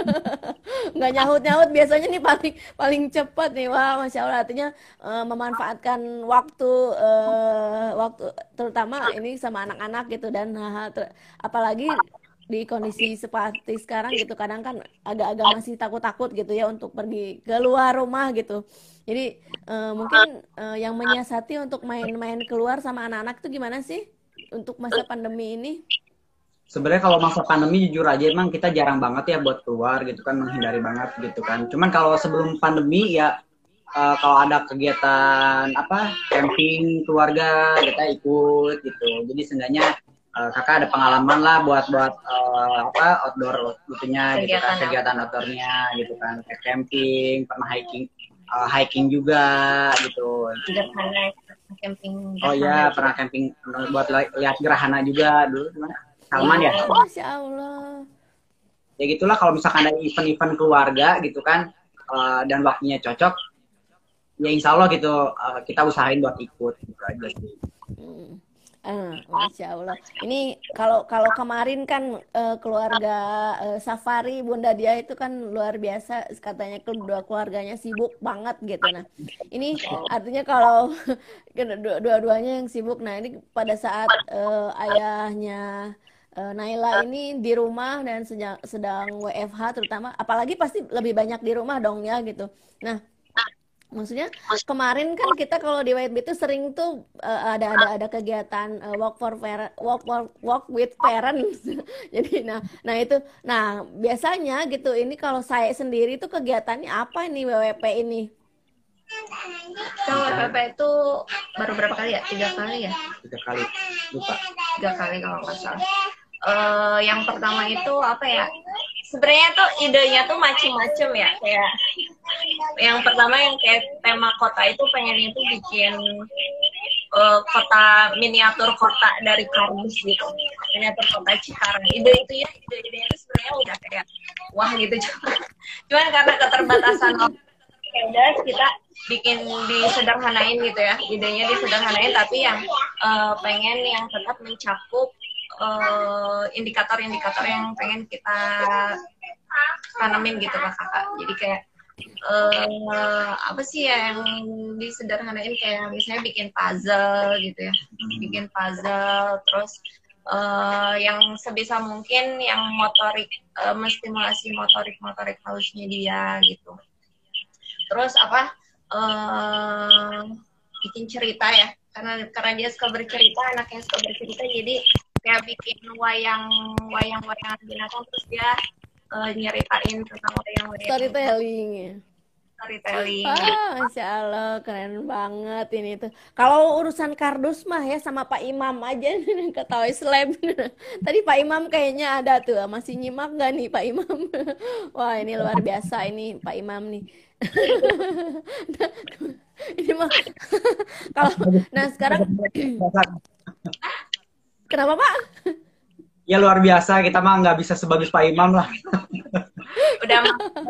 Nggak nyaut-nyaut, biasanya nih paling paling cepat nih. Wah, Masya Allah, artinya uh, memanfaatkan waktu uh, waktu terutama ini sama anak-anak gitu, dan uh, ter, apalagi di kondisi seperti sekarang gitu, kadang kan agak-agak masih takut-takut gitu ya untuk pergi keluar rumah gitu. Jadi uh, mungkin uh, yang menyiasati untuk main-main keluar sama anak-anak itu gimana sih untuk masa pandemi ini? Sebenarnya kalau masa pandemi jujur aja emang kita jarang banget ya buat keluar gitu kan, menghindari banget gitu kan. Cuman kalau sebelum pandemi ya uh, kalau ada kegiatan apa camping keluarga kita ikut gitu. Jadi seenggaknya uh, kakak ada pengalaman lah buat buat uh, apa outdoor gitunya gitu kan, kegiatan outdoornya gitu kan, kayak camping, pernah hiking. Uh, hiking juga gitu. Gerhana camping. Oh iya, pernah camping buat lihat gerhana juga dulu gimana? Salman ya? Oh, Masya Allah. Ya gitulah, kalau misalkan ada event-event keluarga gitu kan, uh, dan waktunya cocok, ya insya Allah gitu uh, kita usahain buat ikut gitu aja sih. Hmm. Ah, Masya Allah. Ini kalau kalau kemarin kan uh, keluarga uh, Safari Bunda Dia itu kan luar biasa, katanya kedua keluarganya sibuk banget gitu. Nah, ini artinya kalau dua-duanya yang sibuk. Nah, ini pada saat uh, ayahnya uh, Naila ini di rumah dan sedang, sedang W F H terutama, apalagi pasti lebih banyak di rumah dong ya gitu. Nah, maksudnya kemarin kan kita kalau di Y B itu sering tuh uh, ada ada ada kegiatan uh, walk for parent, walk for, walk with parents. Jadi nah nah itu nah biasanya gitu, ini kalau saya sendiri tuh kegiatannya apa ini W W P ini? Kalau W W P itu baru berapa kali ya? Tiga kali ya? Tiga kali, lupa. Tiga kali kalau nggak salah. Uh, yang pertama itu apa ya? Sebenarnya tuh idenya tuh macem-macem ya, kayak yang pertama yang kayak tema kota itu pengen itu bikin uh, kota miniatur kota dari kardus gitu, miniatur kota Cikarang. Ide itu ya, ide-idenya itu sebenarnya udah kayak wah gitu, cuma cuman karena keterbatasan ya udah kita bikin disederhanain gitu ya, idenya disederhanain tapi yang uh, pengen yang tetap mencakup uh, indikator-indikator yang pengen kita tanamin gitu ke kakak. Jadi kayak uh, apa sih ya yang disederhanain, kayak misalnya bikin puzzle gitu ya, bikin puzzle terus uh, yang sebisa mungkin yang motorik, uh, menstimulasi motorik-motorik halusnya dia gitu. Terus apa uh, bikin cerita ya, karena karena dia suka bercerita, anaknya suka bercerita, jadi kayak bikin wayang wayang wayangan binatang terus dia uh, nyeritain tentang wayang-wayang Storytelling ya. storytelling. Ah, Masya Allah, keren banget ini tuh. Kalau urusan kardus mah ya sama Pak Imam aja ketahui slam. Tadi Pak Imam kayaknya ada tuh, masih nyimak nggak nih Pak Imam? Wah ini luar biasa ini Pak Imam nih. Ini mah kalau nah sekarang kenapa Pak? Ya luar biasa, kita mah nggak bisa sebagus Pak Imam lah. Udah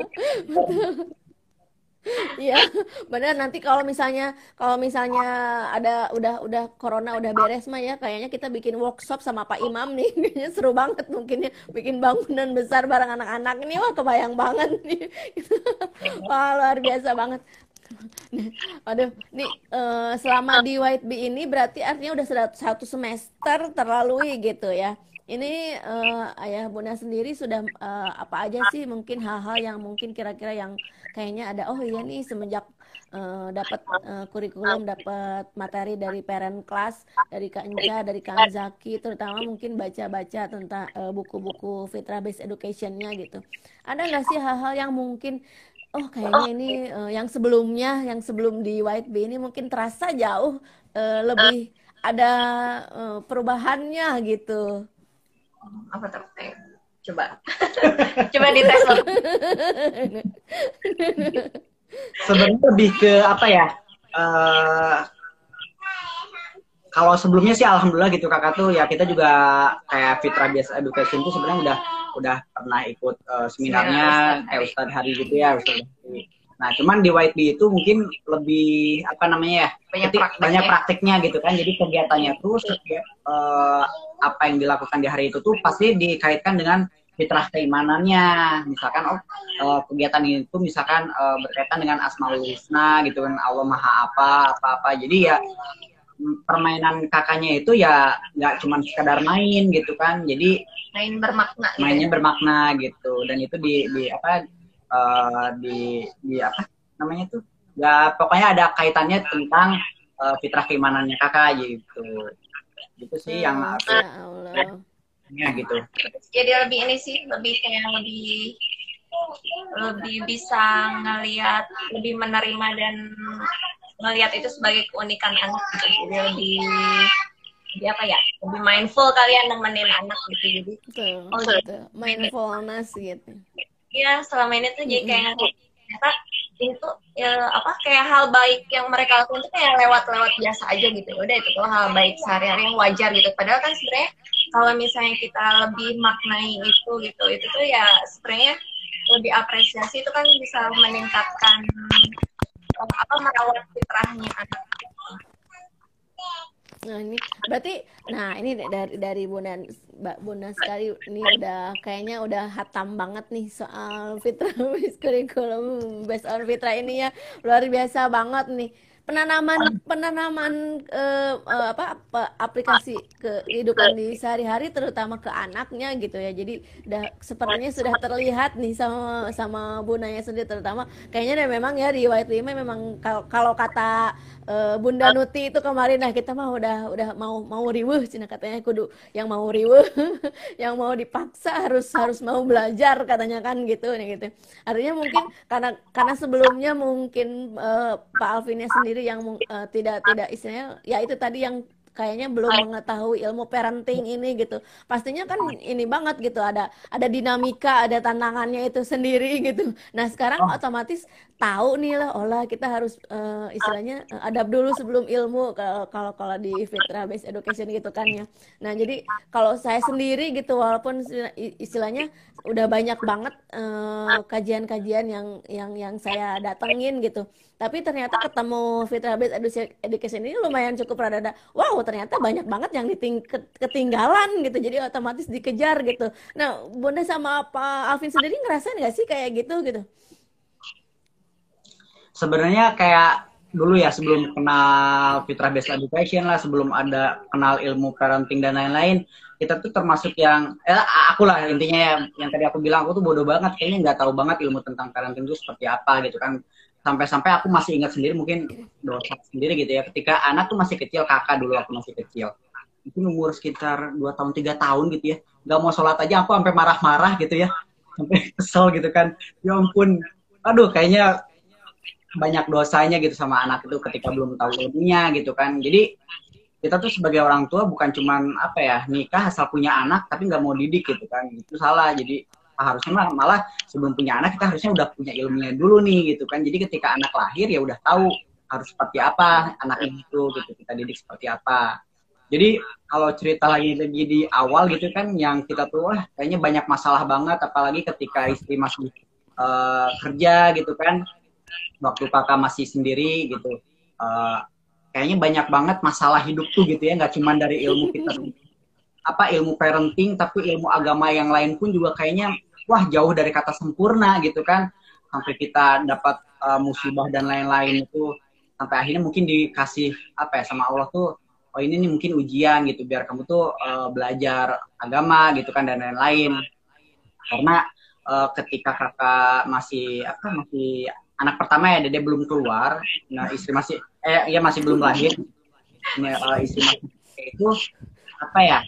Iya, benar. Nanti kalau misalnya kalau misalnya ada udah udah corona udah beres mah ya, kayaknya kita bikin workshop sama Pak Imam nih. Kayaknya seru banget mungkin ya, bikin bangunan besar bareng anak-anak ini. Wah, kebayang banget nih. Wah, luar biasa banget. Aduh, nih eh, selama di White Bee ini berarti artinya udah sudah satu semester terlalui gitu ya. Ini eh, Ayah Bunda sendiri sudah eh, apa aja sih mungkin hal-hal yang mungkin kira-kira yang kayaknya ada, oh iya nih semenjak eh, dapat eh, kurikulum, dapat materi dari parent class, dari Kak Enca, dari Kak Zaki, terutama mungkin baca-baca tentang eh, buku-buku Fitra Based Education-nya gitu. Ada nggak sih hal-hal yang mungkin oh kayaknya ini eh, yang sebelumnya, yang sebelum di White Bee ini mungkin terasa jauh eh, lebih ada eh, perubahannya gitu. apa tuh? Eh, coba coba dites loh. Sebenarnya lebih ke apa ya? eh kalau sebelumnya sih alhamdulillah gitu kakak tuh ya, kita juga kayak Fitra Based Education tuh sebenarnya udah udah pernah ikut eh, seminarnya kayak Ustadz Hari gitu ya, Ustadz Hari. Nah cuman di White Bee itu mungkin lebih apa namanya ya, Banyak ketik- prakteknya. banyak prakteknya gitu kan, jadi kegiatannya tuh setiap, eh, apa yang dilakukan di hari itu tuh pasti dikaitkan dengan fitrah keimanannya. Misalkan oh eh, kegiatan itu misalkan eh, berkaitan dengan Asmaul Husna gitu kan, Allah Maha apa apa apa, jadi ya permainan kakaknya itu ya nggak cuma sekadar main gitu kan, jadi Main bermakna gitu. mainnya bermakna gitu, dan itu di di apa eh, di di apa namanya tuh ya, pokoknya ada kaitannya tentang eh, fitrah keimanannya kakak gitu, gitu sih yang aku Masya Allah. ya gitu. Jadi lebih ini sih, lebih kayak lebih lebih bisa ngelihat, lebih menerima dan melihat itu sebagai keunikan anak gitu. Jadi lebih lebih apa ya, lebih mindful kalian nemenin anak gitu. Jadi Betul, oh betul. Mindfulness gitu. ya selama ini tuh jadi kayak ternyata itu ya, apa kayak hal baik yang mereka lakukan itu kayak lewat-lewat biasa aja gitu. Udah itu tuh hal baik sehari-hari yang wajar gitu. Padahal kan sebenarnya kalau misalnya kita lebih maknai itu gitu, itu tuh ya sebenarnya lebih apresiasi, itu kan bisa meningkatkan eh, apa merawat fitrahnya anak. Nah ini berarti, nah ini dari dari Bunda Mbak Bunda sekali ini udah kayaknya udah hatam banget nih soal Fitra Based Curriculum based on Fitra ini ya, luar biasa banget nih penanaman penanaman eh, eh, apa, apa aplikasi ke kehidupan di sehari-hari terutama ke anaknya gitu ya. Jadi udah sepertinya sudah terlihat nih sama sama Bundanya sendiri, terutama kayaknya deh memang ya di White Lima memang kalau kalau kata eh, Bunda Nuti itu kemarin, nah kita mah udah udah mau mau riweuh cina katanya, kudu yang mau riweuh yang mau dipaksa harus harus mau belajar katanya kan gitu nih gitu. Artinya mungkin karena karena sebelumnya mungkin eh, Pak Alvinnya sendiri yang mung- eh, tidak tidak istilahnya ya itu tadi yang kayaknya belum mengetahui ilmu parenting ini gitu. Pastinya kan ini banget gitu, ada ada dinamika, ada tantangannya itu sendiri gitu. Nah, sekarang Oh, otomatis tahu nih lah, olah kita harus eh, istilahnya eh, adab dulu sebelum ilmu kalau kalau kalau di Fitra Based Education gitu kan ya. Nah, jadi kalau saya sendiri gitu walaupun istilahnya udah banyak banget eh, kajian-kajian yang yang yang saya datengin gitu. Tapi ternyata ketemu Fitra Based Education ini lumayan cukup rada-rada, wow ternyata banyak banget yang diting ketinggalan gitu. Jadi otomatis dikejar gitu. Nah, Bunda sama Pak Alvin sendiri ngerasain nggak sih kayak gitu gitu? sebenarnya kayak dulu ya sebelum kenal Fitra Based Education lah, sebelum ada kenal ilmu parenting dan lain-lain, kita tuh termasuk yang, eh, aku lah intinya ya, yang tadi aku bilang aku tuh bodoh banget, kayaknya nggak tahu banget ilmu tentang parenting itu seperti apa gitu kan. Sampai-sampai aku masih ingat sendiri, mungkin dosa sendiri gitu ya, ketika anak tuh masih kecil, kakak dulu aku masih kecil, itu umur sekitar dua tahun tiga tahun gitu ya, nggak mau sholat aja aku sampai marah-marah gitu ya, sampai kesel gitu kan, ya ampun, aduh kayaknya banyak dosanya gitu sama anak itu ketika belum tahu ilmunya gitu kan. Jadi kita tuh sebagai orang tua bukan cuman apa ya, nikah asal punya anak tapi nggak mau didik gitu kan, itu salah. Jadi harusnya malah, malah sebelum punya anak kita harusnya udah punya ilmunya dulu nih gitu kan. Jadi ketika anak lahir ya udah tahu harus seperti apa anak itu gitu, kita didik seperti apa. Jadi kalau cerita lagi lagi di awal gitu kan, yang kita tuh wah kayaknya banyak masalah banget, apalagi ketika istri masih uh, kerja gitu kan, waktu kakak masih sendiri gitu, uh, kayaknya banyak banget masalah hidup tuh gitu ya, nggak cuma dari ilmu kita apa ilmu parenting, tapi ilmu agama yang lain pun juga kayaknya wah jauh dari kata sempurna gitu kan, sampai kita dapat uh, musibah dan lain-lain itu, sampai akhirnya mungkin dikasih apa ya sama Allah tuh, oh ini nih mungkin ujian gitu biar kamu tuh uh, belajar agama gitu kan dan lain-lain. Karena uh, ketika kakak masih apa masih anak pertama ya, dede belum keluar, nah istri masih eh ya masih belum lahir, nah, uh, istri masih itu apa ya,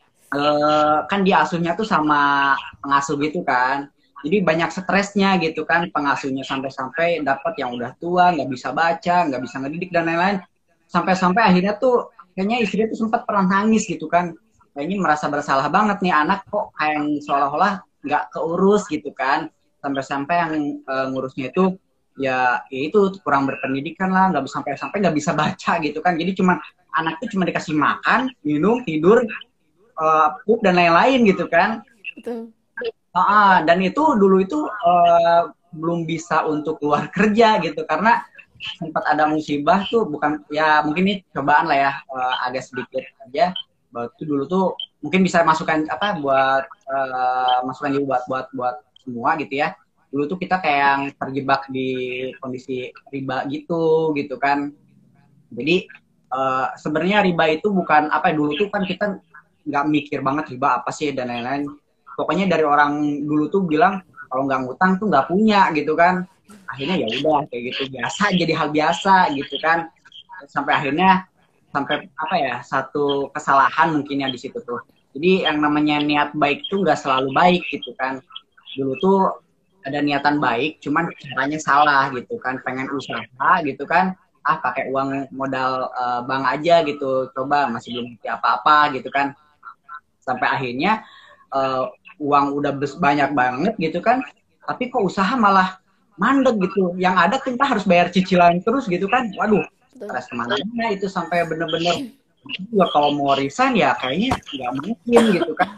uh, kan diasuhnya tuh sama pengasuh gitu kan, jadi banyak stresnya gitu kan pengasuhnya, sampai-sampai dapat yang udah tua nggak bisa baca, nggak bisa ngedidik dan lain-lain, sampai-sampai akhirnya tuh kayaknya istri tuh sempat pernah nangis gitu kan, kayaknya merasa bersalah banget nih anak kok kayak seolah-olah nggak keurus gitu kan, sampai-sampai yang uh, ngurusnya itu ya, ya itu kurang berpendidikan lah, nggak bisa sampai-sampai nggak bisa baca gitu kan, jadi cuma anak itu cuma dikasih makan, minum, tidur, uh, pup dan lain-lain gitu kan. Betul. Uh, dan itu dulu itu uh, belum bisa untuk keluar kerja gitu, karena sempat ada musibah tuh, bukan ya mungkin ini cobaan lah ya, uh, agak sedikit aja. Waktu dulu tuh mungkin bisa masukan apa buat uh, masukan juga buat buat buat semua gitu ya. Dulu tuh kita kayak yang terjebak di kondisi riba gitu gitu kan. Jadi uh, sebenarnya riba itu bukan apa, dulu tuh kan kita nggak mikir banget riba apa sih dan lain-lain. Pokoknya dari orang dulu tuh bilang kalau nggak ngutang tuh nggak punya gitu kan. Akhirnya ya udah kayak gitu, biasa, jadi hal biasa gitu kan. Sampai akhirnya sampai apa ya, satu kesalahan mungkin ya di situ tuh. Jadi yang namanya niat baik tuh nggak selalu baik gitu kan. Dulu tuh ada niatan baik, cuman caranya salah gitu kan, pengen usaha gitu kan, ah pakai uang modal uh, bank aja gitu, coba masih belum ngerti apa-apa gitu kan, sampai akhirnya uh, uang udah banyak banget gitu kan, tapi kok usaha malah mandek gitu, yang ada kita harus bayar cicilan terus gitu kan, waduh, stres kemana-mana itu, sampai bener-bener juga kalau mau resign ya kayaknya nggak mungkin gitu kan.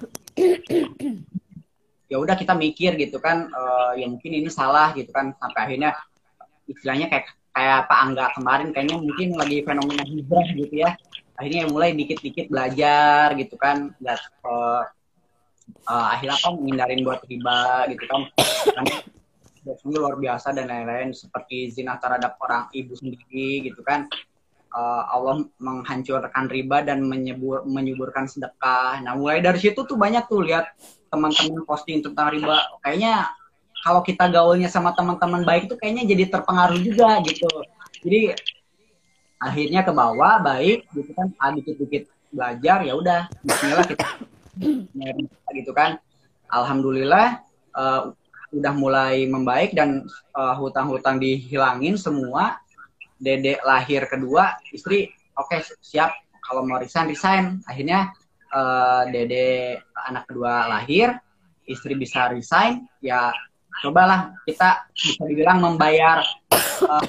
Ya udah kita mikir gitu kan, uh, ya mungkin ini salah gitu kan, sampai akhirnya istilahnya kayak kayak Pak Angga kemarin kayaknya mungkin lagi fenomena hijrah gitu ya, akhirnya mulai dikit-dikit belajar gitu kan, nggak uh, uh, akhirnya kan menghindarin buat riba gitu kan, karena luar biasa dan lain-lain, seperti zina terhadap orang ibu sendiri gitu kan. Uh, Allah menghancurkan riba dan menyebur, menyuburkan sedekah. Nah mulai dari situ tuh banyak tuh lihat teman-teman posting tentang riba. Kayaknya kalau kita gaulnya sama teman-teman baik tuh kayaknya jadi terpengaruh juga gitu. Jadi akhirnya ke bawah baik gitu kan, ah, dikit-dikit belajar ya udah, bismillah kita gitu kan. Alhamdulillah uh, udah mulai membaik dan uh, hutang-hutang dihilangin semua. Dedek lahir kedua, istri oke okay, siap kalau mau resign resign. Akhirnya uh, Dede anak kedua lahir, istri bisa resign, ya cobalah kita bisa dibilang membayar uh,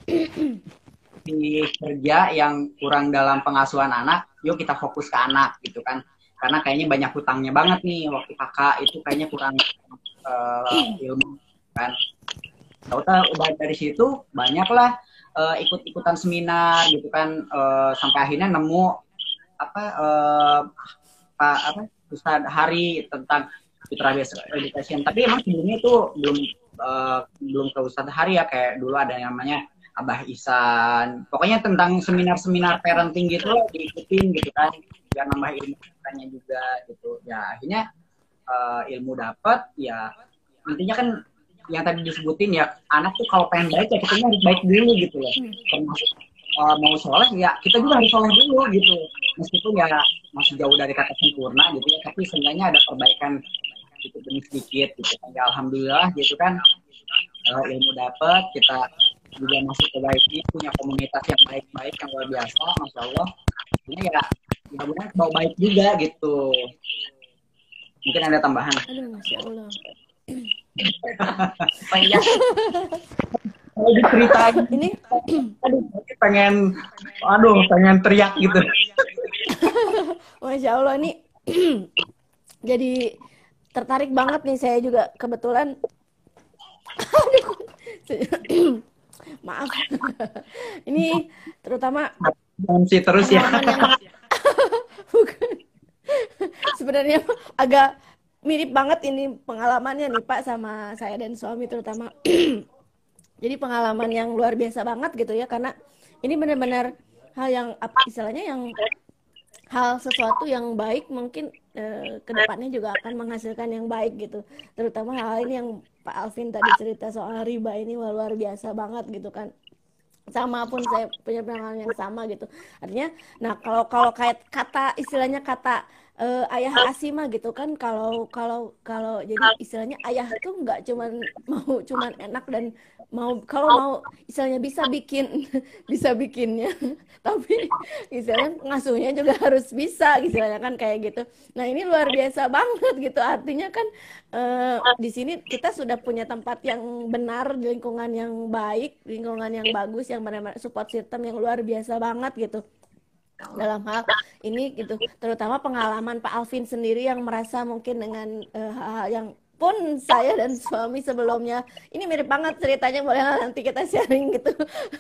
di kerja yang kurang dalam pengasuhan anak, yuk kita fokus ke anak gitu kan. Karena kayaknya banyak hutangnya banget nih waktu kakak itu kayaknya kurang uh, ilmu kan. Tahu-tahu udah dari situ banyaklah uh, ikut-ikutan seminar gitu kan, uh, sampai akhirnya nemu apa uh, apa, apa Ustadz Hari tentang Putra Basic Education. Tapi emang sebelumnya itu belum uh, belum ke Ustadz Hari ya, kayak dulu ada yang namanya Abah Ihsan. Pokoknya tentang seminar-seminar parenting gitu loh diikutin gitu kan, biar nambah ilmu kitanya juga gitu. Ya akhirnya uh, ilmu dapat, ya intinya kan yang tadi disebutin ya, anak tuh kalau pengen baik ya kitanya harus baik dulu gitu loh. Termasuk uh, mau soleh ya kita juga harus soleh dulu gitu. Meskipun ya masih jauh dari kata sempurna gitu ya, tapi seenggaknya ada perbaikan gitu demi sedikit gitu kan. Ya alhamdulillah gitu kan, uh, ilmu dapat, kita juga masih perbaiki, punya komunitas yang baik-baik yang luar biasa, masya Allah. Ini ya mudah-mudahan bawa baik juga gitu. Mungkin ada tambahan. Aduh, masya Allah. Oh iya. Kalau diceritain Ini aduh pengen aduh pengen teriak gitu. masya Allah nih jadi tertarik banget nih, saya juga kebetulan maaf ini terutama Masih terus ya. pengalaman yang bukan sebenarnya agak mirip banget ini pengalamannya nih Pak sama saya dan suami terutama. Jadi pengalaman yang luar biasa banget gitu ya, karena ini benar-benar hal yang apa istilahnya yang hal sesuatu yang baik mungkin eh, kedepannya juga akan menghasilkan yang baik gitu. Terutama hal ini yang Pak Alvin tadi cerita soal riba ini wah, luar biasa banget gitu kan. Sama pun saya punya pengalaman yang sama gitu. Artinya, nah kalau kalau kayak kata istilahnya kata eh, ayah Asima gitu kan, kalau kalau kalau jadi istilahnya ayah tuh nggak cuman mau cuman enak dan mau kalau mau istilahnya bisa bikin bisa bikinnya, tapi istilahnya ngasuhnya juga harus bisa istilahnya kan kayak gitu. Nah ini luar biasa banget gitu, artinya kan eh, di sini kita sudah punya tempat yang benar, di lingkungan yang baik, lingkungan yang bagus, yang benar-benar support system yang luar biasa banget gitu dalam hal ini gitu, terutama pengalaman Pak Alvin sendiri yang merasa mungkin dengan eh, hal-hal yang pun saya dan suami sebelumnya ini mirip banget ceritanya, boleh nanti kita sharing gitu.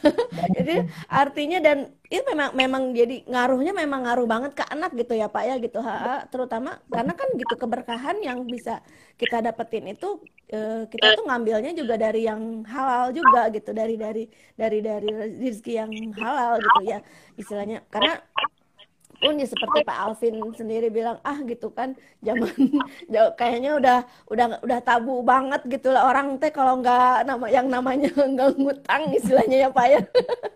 Jadi artinya dan itu memang memang jadi ngaruhnya memang ngaruh banget ke anak gitu ya Pak ya gitu, ha, terutama karena kan gitu keberkahan yang bisa kita dapetin itu eh, kita tuh ngambilnya juga dari yang halal juga gitu, dari dari dari dari rezeki yang halal gitu ya istilahnya, karena pun ya seperti Pak Alvin sendiri bilang ah gitu kan zaman kayaknya udah udah udah tabu banget gitu lah orang teh kalau nggak nama yang namanya nggak ngutang istilahnya ya Pak ya.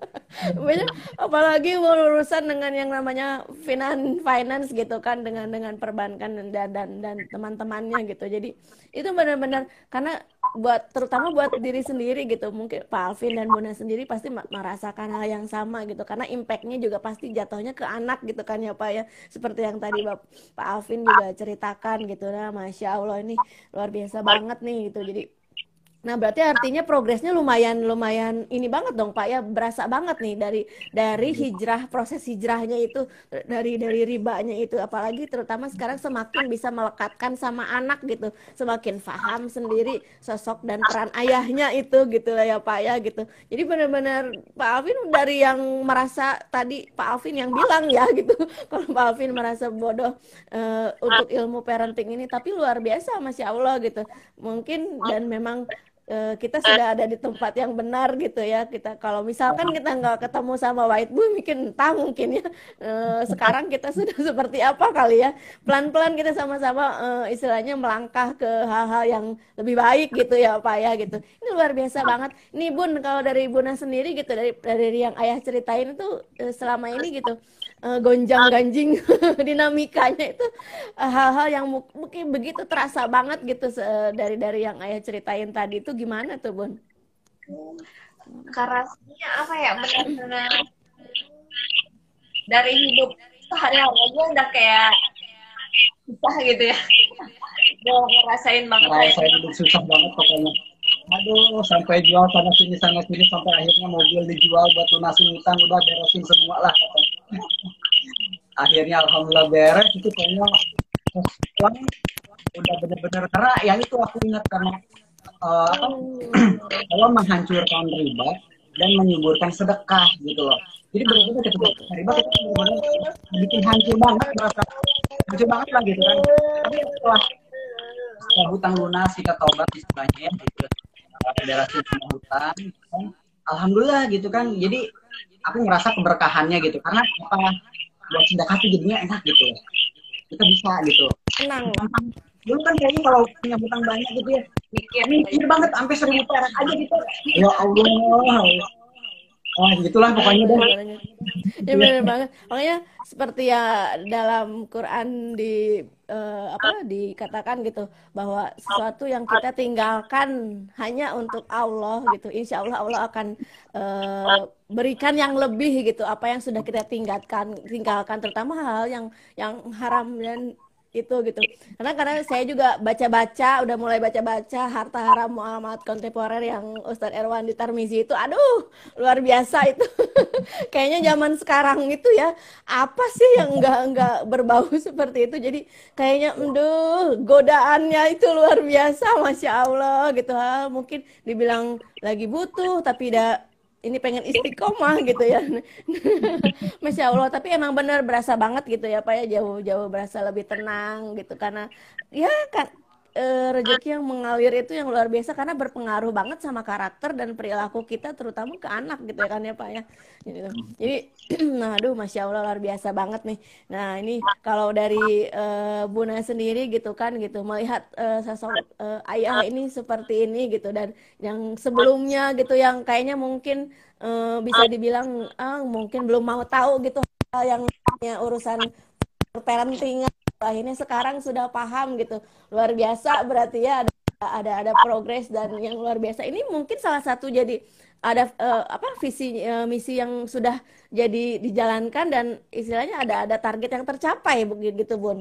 Banyak, apalagi urusan dengan yang namanya finan finance gitu kan, dengan dengan perbankan dan dan dan teman-temannya gitu. Jadi itu benar-benar karena buat terutama buat diri sendiri gitu, mungkin Pak Alvin dan Bunda sendiri pasti merasakan hal yang sama gitu, karena impactnya juga pasti jatuhnya ke anak gitu kan ya Pak ya, seperti yang tadi Pak Alvin juga ceritakan gitu. Nah Masya Allah ini luar biasa banget nih gitu. Jadi nah berarti artinya progresnya lumayan lumayan ini banget dong Pak ya, berasa banget nih dari dari hijrah, proses hijrahnya itu dari dari ribanya itu, apalagi terutama sekarang semakin bisa melekatkan sama anak gitu, semakin paham sendiri sosok dan peran ayahnya itu gitu lah ya Pak ya gitu. Jadi benar-benar Pak Alvin dari yang merasa tadi Pak Alvin yang bilang ya gitu, kalau Pak Alvin merasa bodoh uh, untuk ilmu parenting ini, tapi luar biasa Masya Allah gitu mungkin, dan memang kita sudah ada di tempat yang benar gitu ya. Kita kalau misalkan kita nggak ketemu sama White Boy, mungkin entah mungkin ya eh, sekarang kita sudah seperti apa kali ya, pelan-pelan kita sama-sama eh, istilahnya melangkah ke hal-hal yang lebih baik gitu ya Pak ya gitu. Ini luar biasa banget nih Bun, kalau dari Bunda sendiri gitu, dari dari yang ayah ceritain itu eh, selama ini gitu eh, gonjang-ganjing dinamikanya itu eh, hal-hal yang mungkin begitu terasa banget gitu dari dari yang ayah ceritain tadi itu gimana tuh Bun? Karasnya apa ya, benar-benar dari hidup sehari-hari aja udah kayak susah gitu ya. Udah ngerasain banget kayak Ngerasain hidup susah banget pokoknya. Aduh, sampai jual sana sini sana sini sampai akhirnya mobil dijual buat lunasin utang, udah beresin semua lah. Akhirnya alhamdulillah beres itu kayaknya pas pulang udah bener-bener karena yang itu aku ingat karena eh, apa kalau menghancurkan riba dan menyuburkan sedekah gitu loh. Jadi benar-benar ketika riba kita benar-benar bikin hancur banget, merasa hancur banget lah gitu kan. Tapi setelah setelah hutang lunas kita taubat istilahnya gitu, beresin semua hutang, gitu kan. Alhamdulillah gitu kan. Jadi aku ngerasa keberkahannya gitu karena apa buat sedekah tuh jadinya enak gitu. Kita bisa gitu. Tenang. Dulu kan kayaknya kalau punya hutang banyak gitu ya, mikir banget sampai seribu perak aja gitu. Ya Allah. Oh, gitulah pokoknya deh. Ya benar banget. Makanya seperti ya dalam Quran di eh, apa dikatakan gitu bahwa sesuatu yang kita tinggalkan hanya untuk Allah gitu. Insya Allah Allah akan eh, berikan yang lebih gitu apa yang sudah kita tinggalkan tinggalkan terutama hal yang yang haram dan itu gitu. Karena karena saya juga baca-baca, udah mulai baca-baca Harta Haram Muamalat Kontemporer yang Ustadz Erwandi Tarmizi itu, aduh luar biasa itu. Kayaknya zaman sekarang itu ya apa sih yang enggak enggak berbau seperti itu. Jadi kayaknya, aduh godaannya itu luar biasa, masya Allah gitu. Ha. Mungkin dibilang lagi butuh tapi tidak ini pengen istiqomah gitu ya. Masya Allah, tapi emang bener berasa banget gitu ya Pak ya, jauh-jauh berasa lebih tenang gitu karena ya kan eh, rezeki yang mengalir itu yang luar biasa karena berpengaruh banget sama karakter dan perilaku kita terutama ke anak gitu ya kan ya Pak ya. Gitu. Jadi nah aduh Masya Allah luar biasa banget nih. Nah ini kalau dari eh, Buna sendiri gitu kan gitu melihat eh, sosok eh, ayah ini seperti ini gitu dan yang sebelumnya gitu yang kayaknya mungkin eh, bisa dibilang ah, mungkin belum mau tahu gitu hal yang namanya urusan parenting akhirnya sekarang sudah paham gitu luar biasa berarti ya ada ada ada progres dan yang luar biasa ini mungkin salah satu jadi ada eh, apa visi eh, misi yang sudah jadi dijalankan dan istilahnya ada ada target yang tercapai begitu Bun.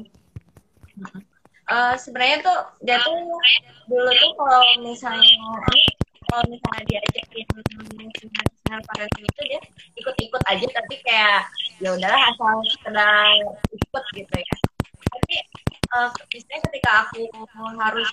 Eh, sebenarnya tuh dia tuh dulu tuh kalau misalnya kalau misalnya diajakin seminar parenting itu dia ikut-ikut aja tapi kayak ya udahlah asal sekedar ikut gitu ya. Tapi uh, misalnya ketika aku harus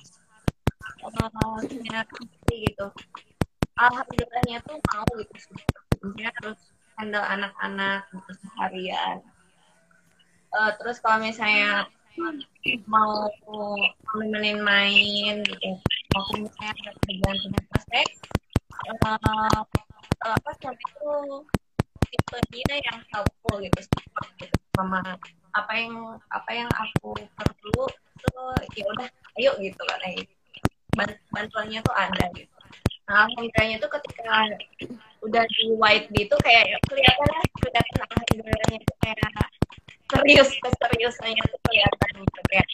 uh, seminar gitu, alhamdulillahnya tuh mau gitu misalnya harus handle anak-anak gitu seharian. Uh, terus kalau misalnya mau nemenin main gitu, aku misalnya ada kerjaan punya praktek, uh, apa suami itu tipe dia yang helpful gitu, support gitu sama apa yang apa yang aku perlu tuh ya udah ayo gitu kan eh. Bantuannya tuh ada gitu. Nah alhamdulillahnya tuh ketika udah di White Bee itu kayak kelihatan lah kelihatan alhamdulillahnya tuh kayak serius keseriusannya tuh kelihatan gitu kayak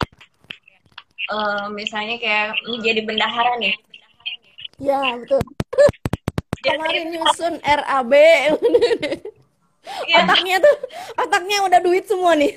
uh, misalnya kayak jadi bendahara nih. Ya betul. Kemarin nyusun R A B. Ya. Otaknya tuh otaknya udah duit semua nih.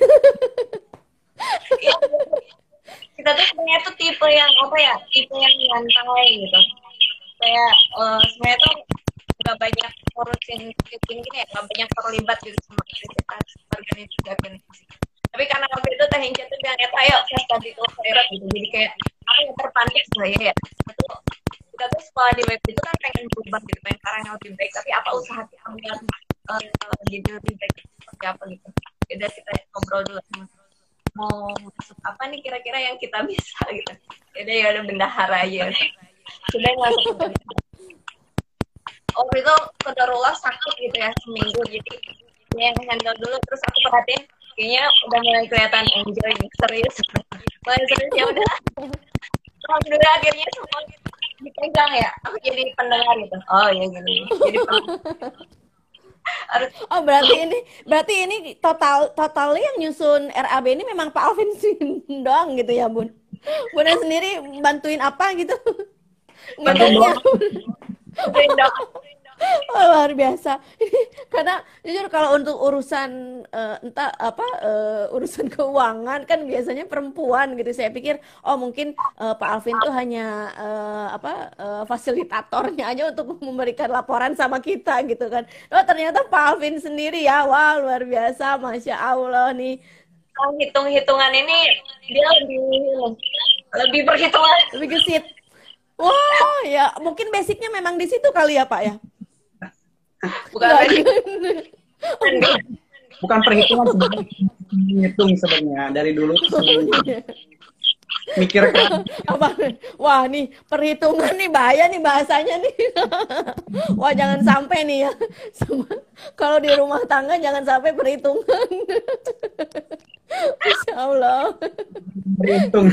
Ya, kita tuh sebenarnya tuh tipe yang apa ya tipe yang nyantai gitu kayak uh, sebenarnya tuh nggak banyak ngurusin gini gini ya nggak banyak terlibat gitu sama aktivitas organisasi tapi karena waktu itu Teh Hinca tuh bilang ayo saya tadi tuh seret gitu jadi kayak apa yang terpantik saya ya itu kita tuh sekolah di web itu kan pengen berubah gitu pengen karena yang lebih baik tapi apa usaha kita buat uh, jadi lebih baik seperti apa gitu udah kita ngobrol dulu sama mau masuk apa nih kira-kira yang kita bisa gitu udah ya udah bendahara aja sudah masuk oh itu kedarullah sakit gitu ya seminggu jadi yang handle dulu terus aku perhatiin kayaknya udah mulai kelihatan enjoy serius mulai serius ya udah alhamdulillah akhirnya semua dipegang ya aku jadi pendengar gitu oh ya gini jadi harus oh berarti ini berarti ini total total yang nyusun R A B ini memang Pak Alvin doang gitu ya Bun Bunda sendiri bantuin apa gitu nggak banyak Oh, luar biasa. Karena jujur kalau untuk urusan eh, entah apa eh, urusan keuangan kan biasanya perempuan gitu. Saya pikir oh mungkin eh, Pak Alvin tuh hanya eh, apa eh, fasilitatornya aja untuk memberikan laporan sama kita gitu kan. Oh ternyata Pak Alvin sendiri ya. Wah, luar biasa. Masya Allah nih. Kalau hitung-hitungan ini dia lebih lebih perhitungan. Lebih gesit. Wah, ya mungkin basicnya memang di situ kali ya Pak ya. Bukan Nggak, lagi. Bukan perhitungan sebenarnya, menghitung sebenarnya dari dulu tuh sering mikir kan. apa wah nih perhitungan nih bahaya nih bahasanya nih. Wah jangan sampai nih ya. Semua- kalau di rumah tangga jangan sampai perhitungan. Masya Allah. Berhitung.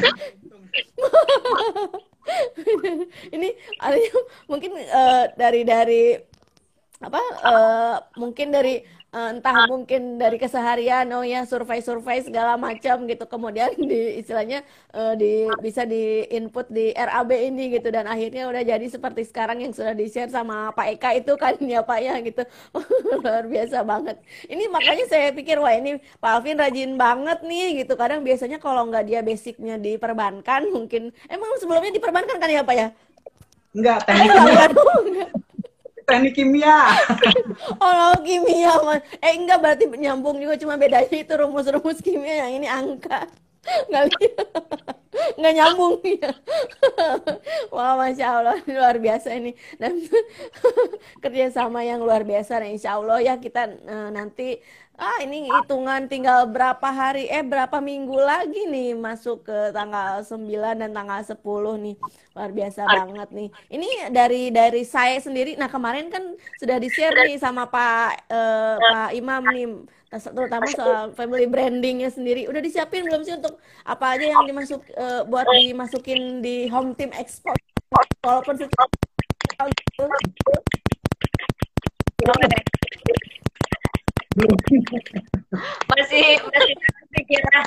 Ini artinya mungkin eh, dari dari apa eh, mungkin dari eh, entah mungkin dari keseharian oh ya survei-survei segala macam gitu kemudian di istilahnya eh, di bisa di input di R A B ini gitu dan akhirnya udah jadi seperti sekarang yang sudah di-share sama Pak Eka itu kan ya Pak ya gitu. Luar biasa banget. Ini makanya saya pikir wah ini Pak Alvin rajin banget nih gitu. Kadang biasanya kalau nggak dia basicnya di perbankan mungkin emang sebelumnya di perbankan kan ya Pak ya? Enggak, Oh, teknik enggak, kimia. enggak. Teknik kimia. Oh, kimia, Mas. Eh, enggak berarti nyambung juga cuma bedanya itu rumus-rumus kimia yang ini angka. Enggak nggak nyambung ya. Wah, Masya Allah, luar biasa ini. Dan kerjasama yang luar biasa. Nah, Insya Allah ya kita eh, nanti ah ini hitungan tinggal berapa hari eh berapa minggu lagi nih masuk ke tanggal sembilan dan tanggal sepuluh nih. Luar biasa banget nih. Ini dari dari saya sendiri. Nah, kemarin kan sudah di-share nih sama Pak eh, Pak Imam nih terutama soal family brandingnya sendiri. Udah disiapin belum sih untuk apa aja yang dimasuk eh, buat dimasukin di home team export walaupun secara gitu. masih masih pikiran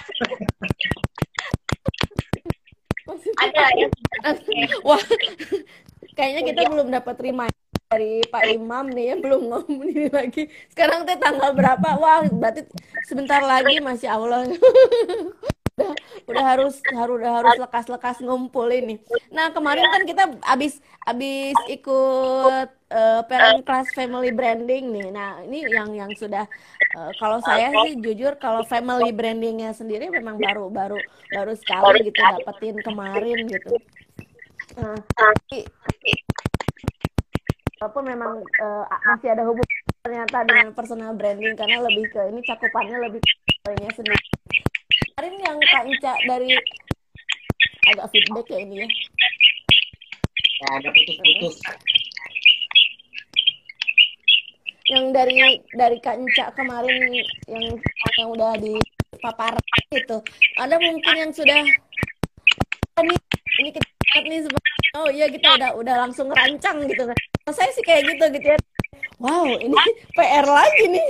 ada ya. Wah, kayaknya kita belum dapat reminder dari Pak Imam nih ya, belum ngomong ini lagi. Sekarang teh tanggal berapa? Wah, berarti sebentar lagi Masya Allah. udah udah harus harus udah harus lekas-lekas ngumpul ini. Nah, kemarin kan kita abis abis ikut eh, parent class family branding nih. Nah, ini yang yang sudah eh, kalau saya sih jujur kalau family brandingnya sendiri memang baru baru baru sekali gitu dapetin kemarin gitu. Nah, tapi walaupun memang eh, masih ada hubungan ternyata dengan personal branding karena lebih ke ini cakupannya lebih ke nya sendiri. Kemarin yang Kak Ica dari agak feedback ya ini ya. Ya, ada putus-putus. Yang dari dari Kak Ica kemarin yang yang udah dipaparan itu. Ada mungkin yang sudah ini ini kita lihat nih sebenarnya oh iya kita udah udah langsung ngerancang gitu kan. Nah, saya sih kayak gitu gitu ya. Wow, ini P R lagi nih.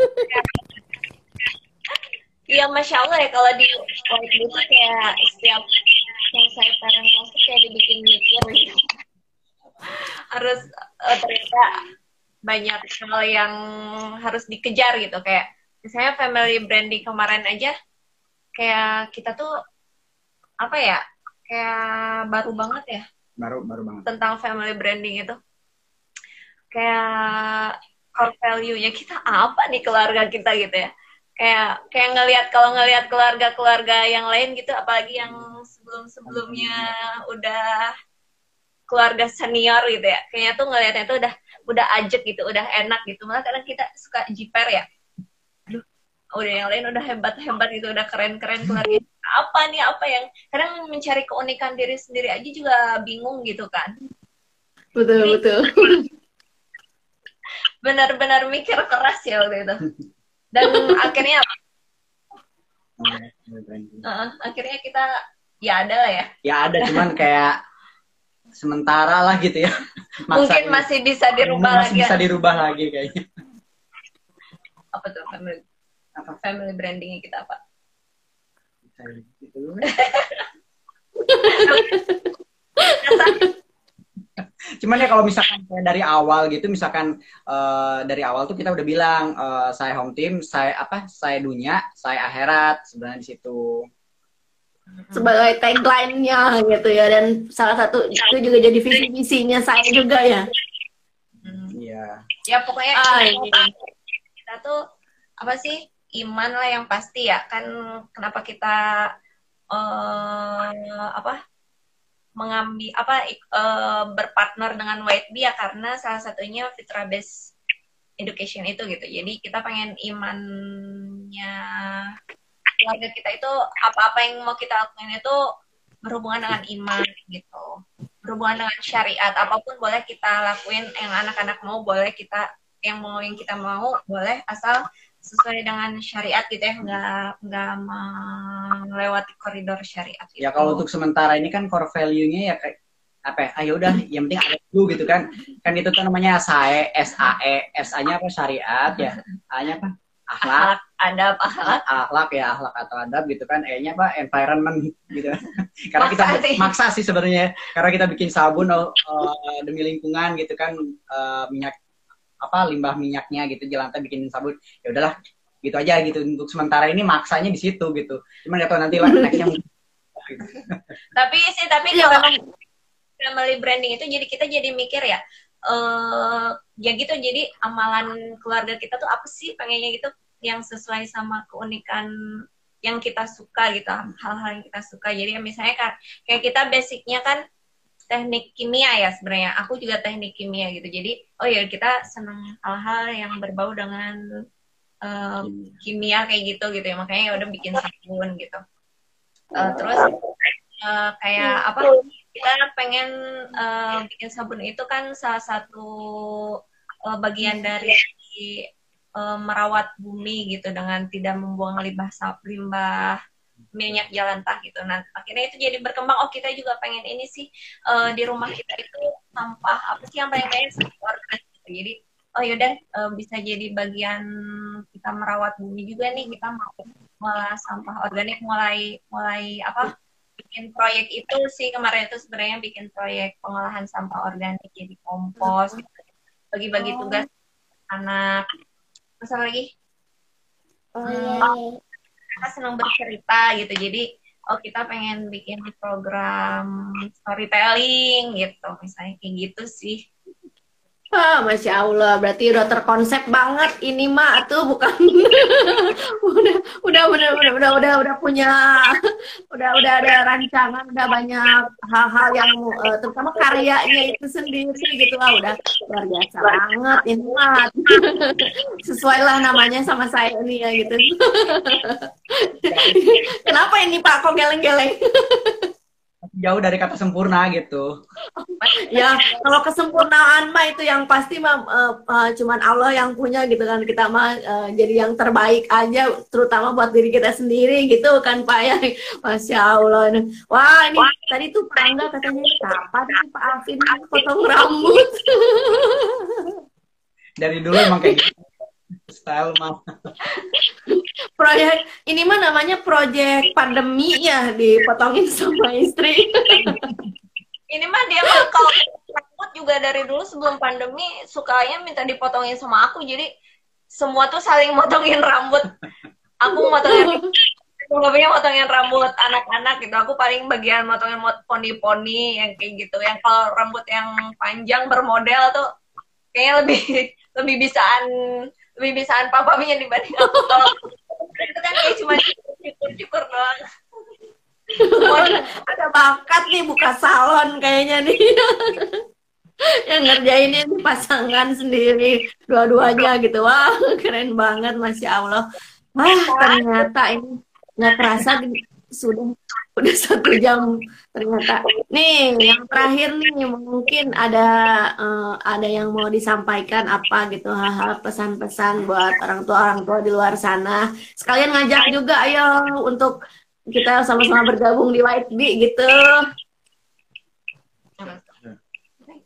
Iya, Masya Allah ya, kalau di White itu kayak setiap yang saya parent class tuh kayak dibikin mikir gitu. Harus uh, ternyata banyak hal yang harus dikejar gitu. Kayak misalnya family branding kemarin aja, kayak kita tuh, apa ya, kayak baru banget ya. Baru, baru banget. Tentang family branding itu. Kayak core value-nya kita apa nih keluarga kita gitu ya. kayak kayak ngelihat kalau ngelihat keluarga-keluarga yang lain gitu apalagi yang sebelum-sebelumnya udah keluarga senior gitu ya kayaknya tuh ngelihatnya tuh udah udah ajek gitu udah enak gitu malah kadang kita suka jiper ya aduh udah yang lain udah hebat-hebat gitu udah keren-keren keluarga apa nih apa yang kadang mencari keunikan diri sendiri aja juga bingung gitu kan Betul Jadi, betul benar-benar mikir keras ya waktu itu dan akhirnya uh, akhirnya kita ya ada lah ya ya ada cuman kayak sementara lah gitu ya mungkin masih bisa dirubah masih lagi bisa dirubah lagi kayaknya apa tuh family apa family brandingnya kita apa Cuman ya kalau misalkan kayak dari awal gitu, misalkan uh, dari awal tuh kita udah bilang uh, saya home team, saya apa, saya dunia, saya akhirat sebenarnya di situ. Sebagai tagline-nya gitu ya, dan salah satu itu juga jadi visi misinya saya juga ya. Iya. Ya pokoknya Ah, kita, kita tuh apa sih, iman lah yang pasti ya kan. Kenapa kita uh, apa mengambil apa uh, berpartner dengan White Bee ya karena salah satunya fitrah based education itu gitu. Jadi kita pengen imannya keluarga kita itu apa-apa yang mau kita lakukan itu berhubungan dengan iman gitu, berhubungan dengan syariat. Apapun boleh kita lakuin, yang anak-anak mau boleh kita, yang mau yang kita mau boleh, asal sesuai dengan syariat gitu ya, nggak nggak melewati koridor syariat gitu. Ya kalau untuk sementara ini kan core value-nya ya kayak apa ya, ayo udah yang penting ada dulu gitu kan. Kan itu tuh namanya S A E, S A E, S A-nya apa syariat ya, A-nya apa? Akhlak, adab, akhlak, akhlak ya, akhlak atau adab gitu kan. E-nya apa? Environment gitu. Karena maksa kita sih. maksa sih sebenarnya. Karena kita bikin sabun uh, demi lingkungan gitu kan, uh, minyak apa limbah minyaknya gitu, Jelantah bikin sabun. Ya udahlah, gitu aja gitu. Untuk sementara ini maksanya di situ gitu. Cuman ya nanti lah nextnya. Tapi sih, tapi ya, kalau family branding itu jadi kita jadi mikir ya, uh, ya gitu, jadi amalan keluarga kita tuh apa sih, pengennya gitu yang sesuai sama keunikan yang kita suka gitu, hal-hal yang kita suka. Jadi misalnya kan kayak kita basicnya kan teknik kimia ya sebenarnya, aku juga teknik kimia gitu. Jadi oh ya kita senang hal-hal yang berbau dengan uh, kimia kayak gitu gitu ya, makanya ya udah bikin sabun gitu. Uh, terus uh, kayak apa, kita pengen uh, bikin sabun itu kan salah satu uh, bagian dari uh, merawat bumi gitu, dengan tidak membuang limbah limbah minyak Jelantah gitu. Nah akhirnya itu jadi berkembang, oh kita juga pengen ini sih, uh, di rumah kita itu sampah apa sih yang paling banyak, sampah organik gitu. Jadi oh yaudah, uh, bisa jadi bagian kita merawat bumi juga nih, kita mau ngolah sampah organik, mulai mulai apa bikin proyek itu sih kemarin itu sebenarnya, bikin proyek pengolahan sampah organik jadi kompos gitu. Bagi-bagi tugas anak. Terus apa lagi? Hmm, kita senang bercerita gitu, jadi oh kita pengen bikin program storytelling gitu, misalnya kayak gitu sih. Ah, Masya Allah, berarti udah terkonsep banget ini mak tuh, bukan udah udah udah udah udah udah udah punya udah udah ada rancangan, udah banyak hal-hal yang uh, terutama karyanya itu sendiri gitu lah, udah luar biasa banget ini mak. Sesuai lah namanya sama saya ini ya gitu. Kenapa ini Pak kok geleng-geleng? Jauh dari kata sempurna gitu. Ya, kalau kesempurnaan mah itu yang pasti mah uh, uh, cuman Allah yang punya gitu kan. Kita mah uh, jadi yang terbaik aja, terutama buat diri kita sendiri gitu kan Pak ya. Masya Allah. Wah, ini tadi tuh Pak Angga katanya kapan nih Pak Alvin potong rambut. Dari dulu emang kayak gitu. Style mah. Proyek ini mah namanya proyek pandemi ya, dipotongin sama istri. Ini mah dia mah kalau rambut juga dari dulu sebelum pandemi sukanya minta dipotongin sama aku, jadi semua tuh saling motongin rambut. Aku motongin, punya motongin rambut anak-anak gitu. Aku paling bagian motongin poni-poni yang kayak gitu. Yang kalau rambut yang panjang bermodel tuh kayaknya lebih lebih bisaan lebih bisaan papanya dibanding aku. Kalau itu kan kayak cuma cukur-cukur doang. Ada bakat nih buka salon kayaknya nih. Yang ngerjain ini pasangan sendiri dua-duanya gitu. Wah, keren banget, Masya Allah. Wah, ternyata ini nggak terasa sudah udah satu jam ternyata. Nih, yang terakhir nih mungkin ada uh, ada yang mau disampaikan apa gitu, hal-hal pesan-pesan buat orang tua orang tua di luar sana. Sekalian ngajak juga ayo untuk kita sama-sama bergabung di White Bee gitu.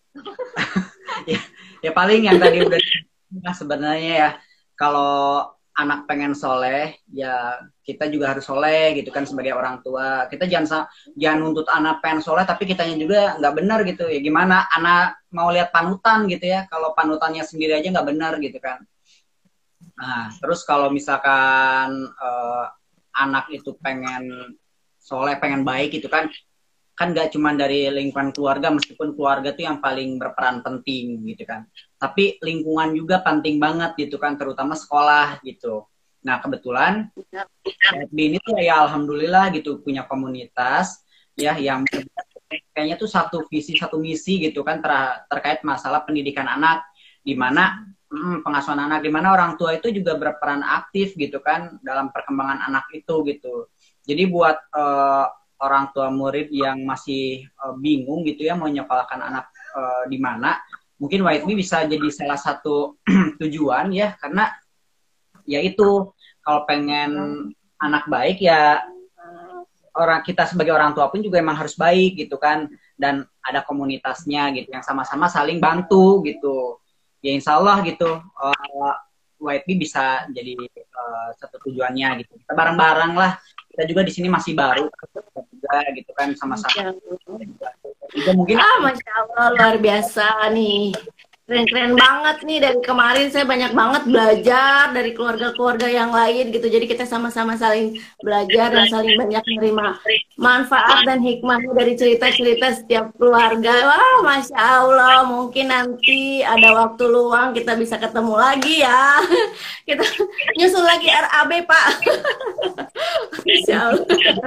ya, ya paling yang tadi udah sebenarnya ya, kalau anak pengen soleh, ya kita juga harus soleh gitu kan sebagai orang tua. Kita jangan jangan nuntut anak pengen soleh, tapi kitanya juga nggak benar gitu. Ya gimana anak mau lihat panutan gitu ya, kalau panutannya sendiri aja nggak benar gitu kan. Nah, terus kalau misalkan uh, anak itu pengen soleh, pengen baik gitu kan, kan nggak cuma dari lingkungan keluarga, meskipun keluarga tuh yang paling berperan penting gitu kan, tapi lingkungan juga penting banget gitu kan, terutama sekolah gitu. Nah kebetulan ini tuh ya alhamdulillah gitu punya komunitas ya yang kayaknya tuh satu visi satu misi gitu kan ter terkait masalah pendidikan anak, di mana hmm, pengasuhan anak, di mana orang tua itu juga berperan aktif gitu kan dalam perkembangan anak itu gitu. Jadi buat uh, orang tua murid yang masih uh, bingung gitu ya mau nyekolahkan anak uh, di mana, mungkin Y T B bisa jadi salah satu tujuan ya, karena ya itu kalau pengen anak baik ya orang kita sebagai orang tua pun juga emang harus baik gitu kan, dan ada komunitasnya gitu yang sama-sama saling bantu gitu. Ya insya Allah gitu uh, Y T B bisa jadi uh, satu tujuannya gitu. Kita bareng-bareng lah. Kita juga di sini masih baru juga gitu kan sama-sama. Juga mungkin ah Masya Allah luar biasa nih, keren-keren banget nih. Dari kemarin saya banyak banget belajar dari keluarga-keluarga yang lain gitu, jadi kita sama-sama saling belajar dan saling banyak menerima manfaat dan hikmahnya dari cerita-cerita setiap keluarga. Wah Masya Allah, mungkin nanti ada waktu luang kita bisa ketemu lagi ya. Kita nyusul lagi R A B Pak. Masya Allah.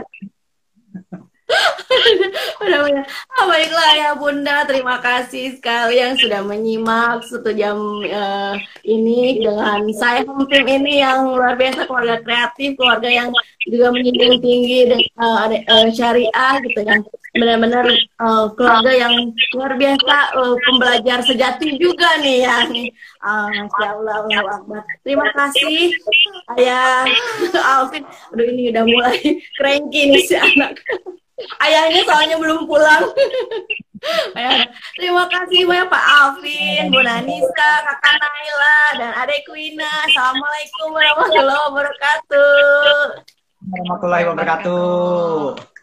Benar-benar. Oh, baiklah ya Bunda, terima kasih sekali yang sudah menyimak satu jam uh, ini dengan saya home team ini yang luar biasa, keluarga kreatif, keluarga yang juga menjunjung tinggi dan uh, uh, syariah gitu kan. Benar-benar uh, keluarga yang luar biasa, uh, pembelajar sejati juga nih ya nih. Uh, Masya Allah, Allahu Akbar. Terima kasih Ayah Alvin. Aduh ini udah mulai cranky nih si anak. Ayahnya soalnya belum pulang. Terima kasih banyak Pak Alvin, Bu Nanisa, Kakak Naila, dan Adek Wina. Assalamualaikum warahmatullahi wabarakatuh. warahmatullahi wabarakatuh.